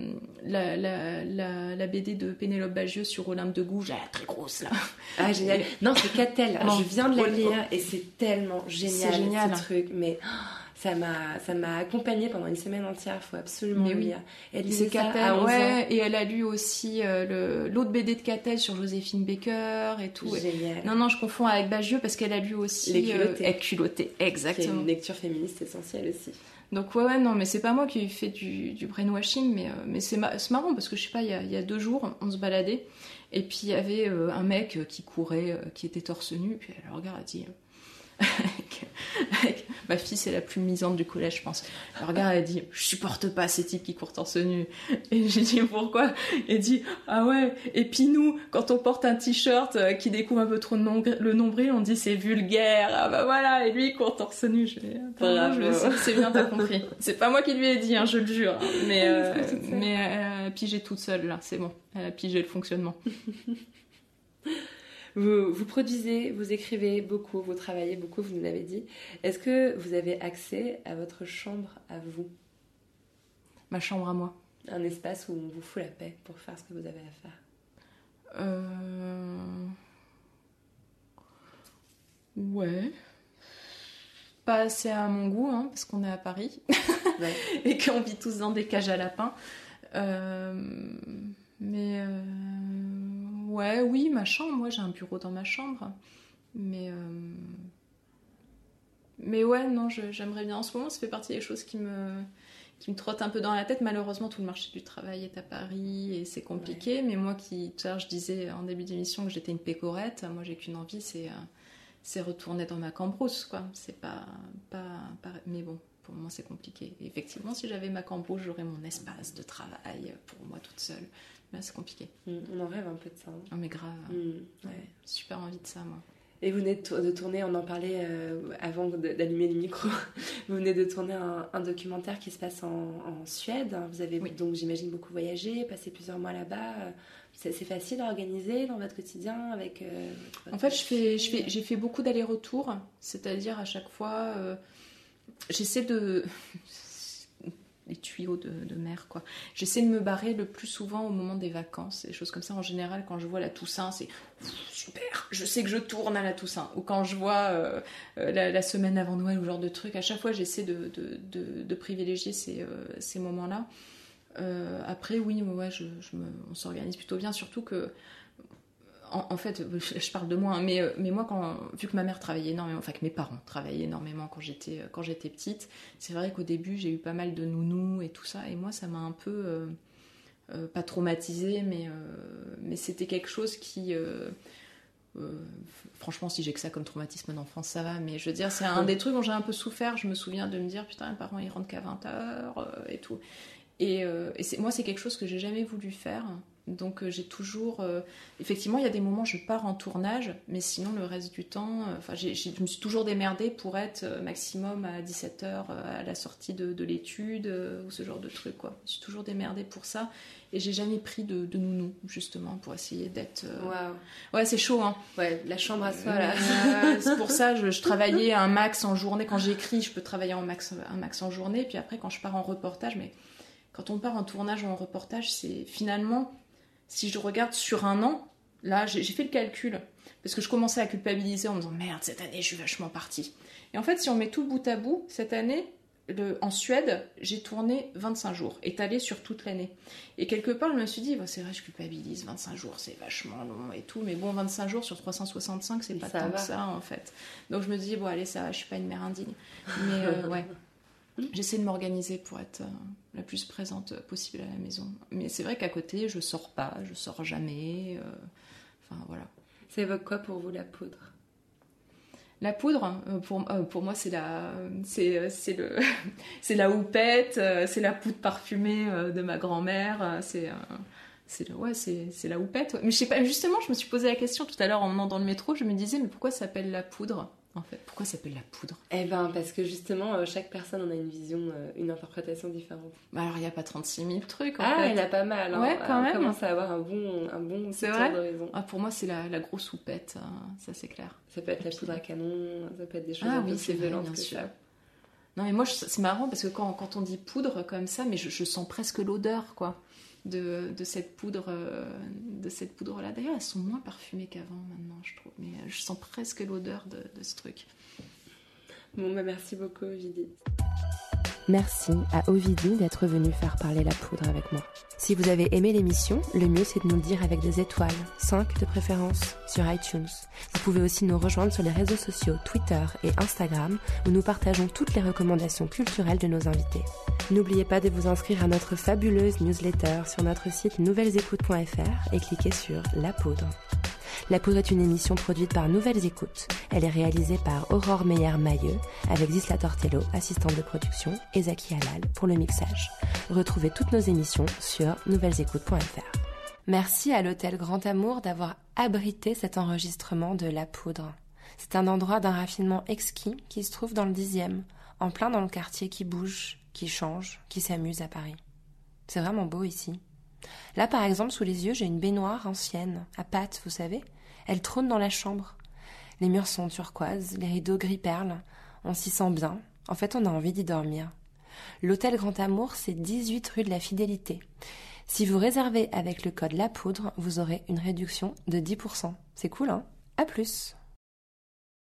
la BD de Pénélope Bagieux sur Olympe de Gouges, elle est très grosse là. Ah génial. Non, c'est Catel. Je viens de la lire et c'est tellement génial, c'est génial ce truc, mais ça m'a accompagnée pendant une semaine entière, faut absolument le lire. Elle lisait ça à 11 ans. Et elle a lu aussi l'autre BD de Catel sur Joséphine Baker et tout. Génial. Non, je confonds avec Bagieux parce qu'elle a lu aussi Les Culottés, exactement. C'est une lecture féministe essentielle aussi. Donc non, mais c'est pas moi qui ai fait du brainwashing, mais c'est marrant parce que je sais pas, il y a 2 jours, on se baladait et puis il y avait un mec qui courait, qui était torse nu, puis elle regarde, elle dit... avec Ma fille, c'est la plus misante du collège, je pense. Elle regarde, elle dit, je supporte pas ces types qui courent torse nu. Et j'ai dit, pourquoi? Elle dit, ah ouais, et puis nous, quand on porte un t-shirt qui découvre un peu trop le nombril, on dit c'est vulgaire. Ah bah voilà, et lui, il court torse nu. Je dis, c'est bien, t'as compris. C'est pas moi qui lui ai dit, je le jure. Mais elle a pigé toute seule, là, c'est bon. Elle a pigé le fonctionnement. Vous produisez, vous écrivez beaucoup, vous travaillez beaucoup, vous nous l'avez dit. Est-ce que vous avez accès à votre chambre à vous? Ma chambre à moi. Un espace où on vous fout la paix pour faire ce que vous avez à faire. Ouais. Pas assez à mon goût, parce qu'on est à Paris. Ouais. Et qu'on vit tous dans des cages à lapins. Oui, ma chambre. Moi, j'ai un bureau dans ma chambre. Mais ouais, non, j'aimerais bien. En ce moment, ça fait partie des choses qui me trottent un peu dans la tête. Malheureusement, tout le marché du travail est à Paris et c'est compliqué. Ouais. Mais moi, tout à l'heure, je disais en début d'émission que j'étais une pécorette. Moi, j'ai qu'une envie, c'est retourner dans ma cambrousse, quoi. C'est pas... Mais bon, pour moi, c'est compliqué. Et effectivement, si j'avais ma cambrousse, j'aurais mon espace de travail pour moi toute seule. Mais là, c'est compliqué. On en rêve un peu de ça. Oh, mais grave. Ouais. Super envie de ça, moi. Et vous venez de tourner, on en parlait avant d'allumer les micros, vous venez de tourner un documentaire qui se passe en Suède. Vous avez donc, j'imagine, beaucoup voyagé, passé plusieurs mois là-bas. C'est facile à organiser dans votre quotidien avec... En fait, j'ai fait beaucoup d'allers-retours, c'est-à-dire à chaque fois, j'essaie de... les tuyaux de mer, quoi. J'essaie de me barrer le plus souvent au moment des vacances, des choses comme ça. En général, quand je vois la Toussaint, c'est super, je sais que je tourne à la Toussaint. Ou quand je vois la semaine avant Noël ou ce genre de truc, à chaque fois, j'essaie de privilégier ces moments-là. Après, oui, ouais, on s'organise plutôt bien, surtout que en fait, je parle de moi, mais moi, vu que ma mère travaillait énormément, enfin que mes parents travaillaient énormément quand j'étais petite, c'est vrai qu'au début, j'ai eu pas mal de nounous et tout ça, et moi, ça m'a un peu, pas traumatisée, mais c'était quelque chose qui... franchement, si j'ai que ça comme traumatisme d'enfance, ça va, mais je veux dire, c'est un des trucs dont j'ai un peu souffert. Je me souviens de me dire, putain, mes parents, ils rentrent qu'à 20h et tout. Et moi, c'est quelque chose que j'ai jamais voulu faire. Donc j'ai toujours... effectivement, il y a des moments où je pars en tournage, mais sinon, le reste du temps... je me suis toujours démerdée pour être maximum à 17h à la sortie de l'étude, ou ce genre de truc, quoi. Je me suis toujours démerdée pour ça. Et j'ai jamais pris de nounou, justement, pour essayer d'être... Waouh. Ouais, c'est chaud, hein. Ouais, la chambre à soi, là. C'est pour ça, je travaillais un max en journée. Quand j'écris, je peux travailler un max en journée. Puis après, quand je pars en reportage... Mais quand on part en tournage ou en reportage, c'est finalement... Si je regarde sur un an, là, j'ai fait le calcul, parce que je commençais à culpabiliser en me disant « Merde, cette année, je suis vachement partie. » Et en fait, si on met tout bout à bout, cette année, en Suède, j'ai tourné 25 jours, étalé sur toute l'année. Et quelque part, je me suis dit, c'est vrai, je culpabilise, 25 jours, c'est vachement long et tout, mais bon, 25 jours sur 365, c'est pas tant que ça, en fait. Donc je me dis, bon, allez, ça va, je suis pas une mère indigne. Mais ouais, j'essaie de m'organiser pour être la plus présente possible à la maison. Mais c'est vrai qu'à côté, je sors pas, je sors jamais, enfin, voilà. Ça évoque quoi pour vous, la poudre ? La poudre, pour moi, c'est la houppette, c'est la poudre parfumée de ma grand-mère, c'est la houppette. Mais je sais pas, justement, je me suis posé la question tout à l'heure en venant dans le métro, je me disais, mais pourquoi ça s'appelle la poudre, en fait ? Pourquoi ça s'appelle la poudre ? Eh ben, parce que justement, chaque personne en a une vision, une interprétation différente. Bah alors, il n'y a pas 36 000 trucs, en fait. Ah, il y en a pas mal, hein. Ouais, quand même. On commence à avoir un bon c'est tour vrai d'horizon. Ah, pour moi, c'est la grosse houppette, ça c'est clair. Ça peut être la poudre à canon, ça peut être des choses un peu plus violentes que ça. Non, mais moi, c'est marrant, parce que quand on dit poudre comme ça, mais je sens presque l'odeur, quoi, de cette poudre-là. D'ailleurs, elles sont moins parfumées qu'avant, maintenant, je trouve. Mais je sens presque l'odeur de ce truc. Bon, bah merci beaucoup, Ovidie. Merci à Ovidie d'être venue faire parler la poudre avec moi. Si vous avez aimé l'émission, le mieux c'est de nous le dire avec des étoiles, 5 de préférence, sur iTunes. Vous pouvez aussi nous rejoindre sur les réseaux sociaux Twitter et Instagram, où nous partageons toutes les recommandations culturelles de nos invités. N'oubliez pas de vous inscrire à notre fabuleuse newsletter sur notre site nouvellesécoutes.fr et cliquez sur La Poudre. La Poudre est une émission produite par Nouvelles Écoutes. Elle est réalisée par Aurore Meyer-Mailleux, avec Zisla Tortello, assistante de production, et Zaki Halal pour le mixage. Retrouvez toutes nos émissions sur nouvellesécoutes.fr. Merci à l'hôtel Grand Amour d'avoir abrité cet enregistrement de La Poudre. C'est un endroit d'un raffinement exquis qui se trouve dans le 10e, en plein dans le quartier qui bouge, qui change, qui s'amuse à Paris. C'est vraiment beau ici. Là, par exemple, sous les yeux, j'ai une baignoire ancienne, à pattes, vous savez. Elle trône dans la chambre. Les murs sont turquoises, les rideaux gris perle. On s'y sent bien. En fait, on a envie d'y dormir. L'hôtel Grand Amour, c'est 18 rue de la Fidélité. Si vous réservez avec le code La Poudre, vous aurez une réduction de 10%. C'est cool, hein ? À plus !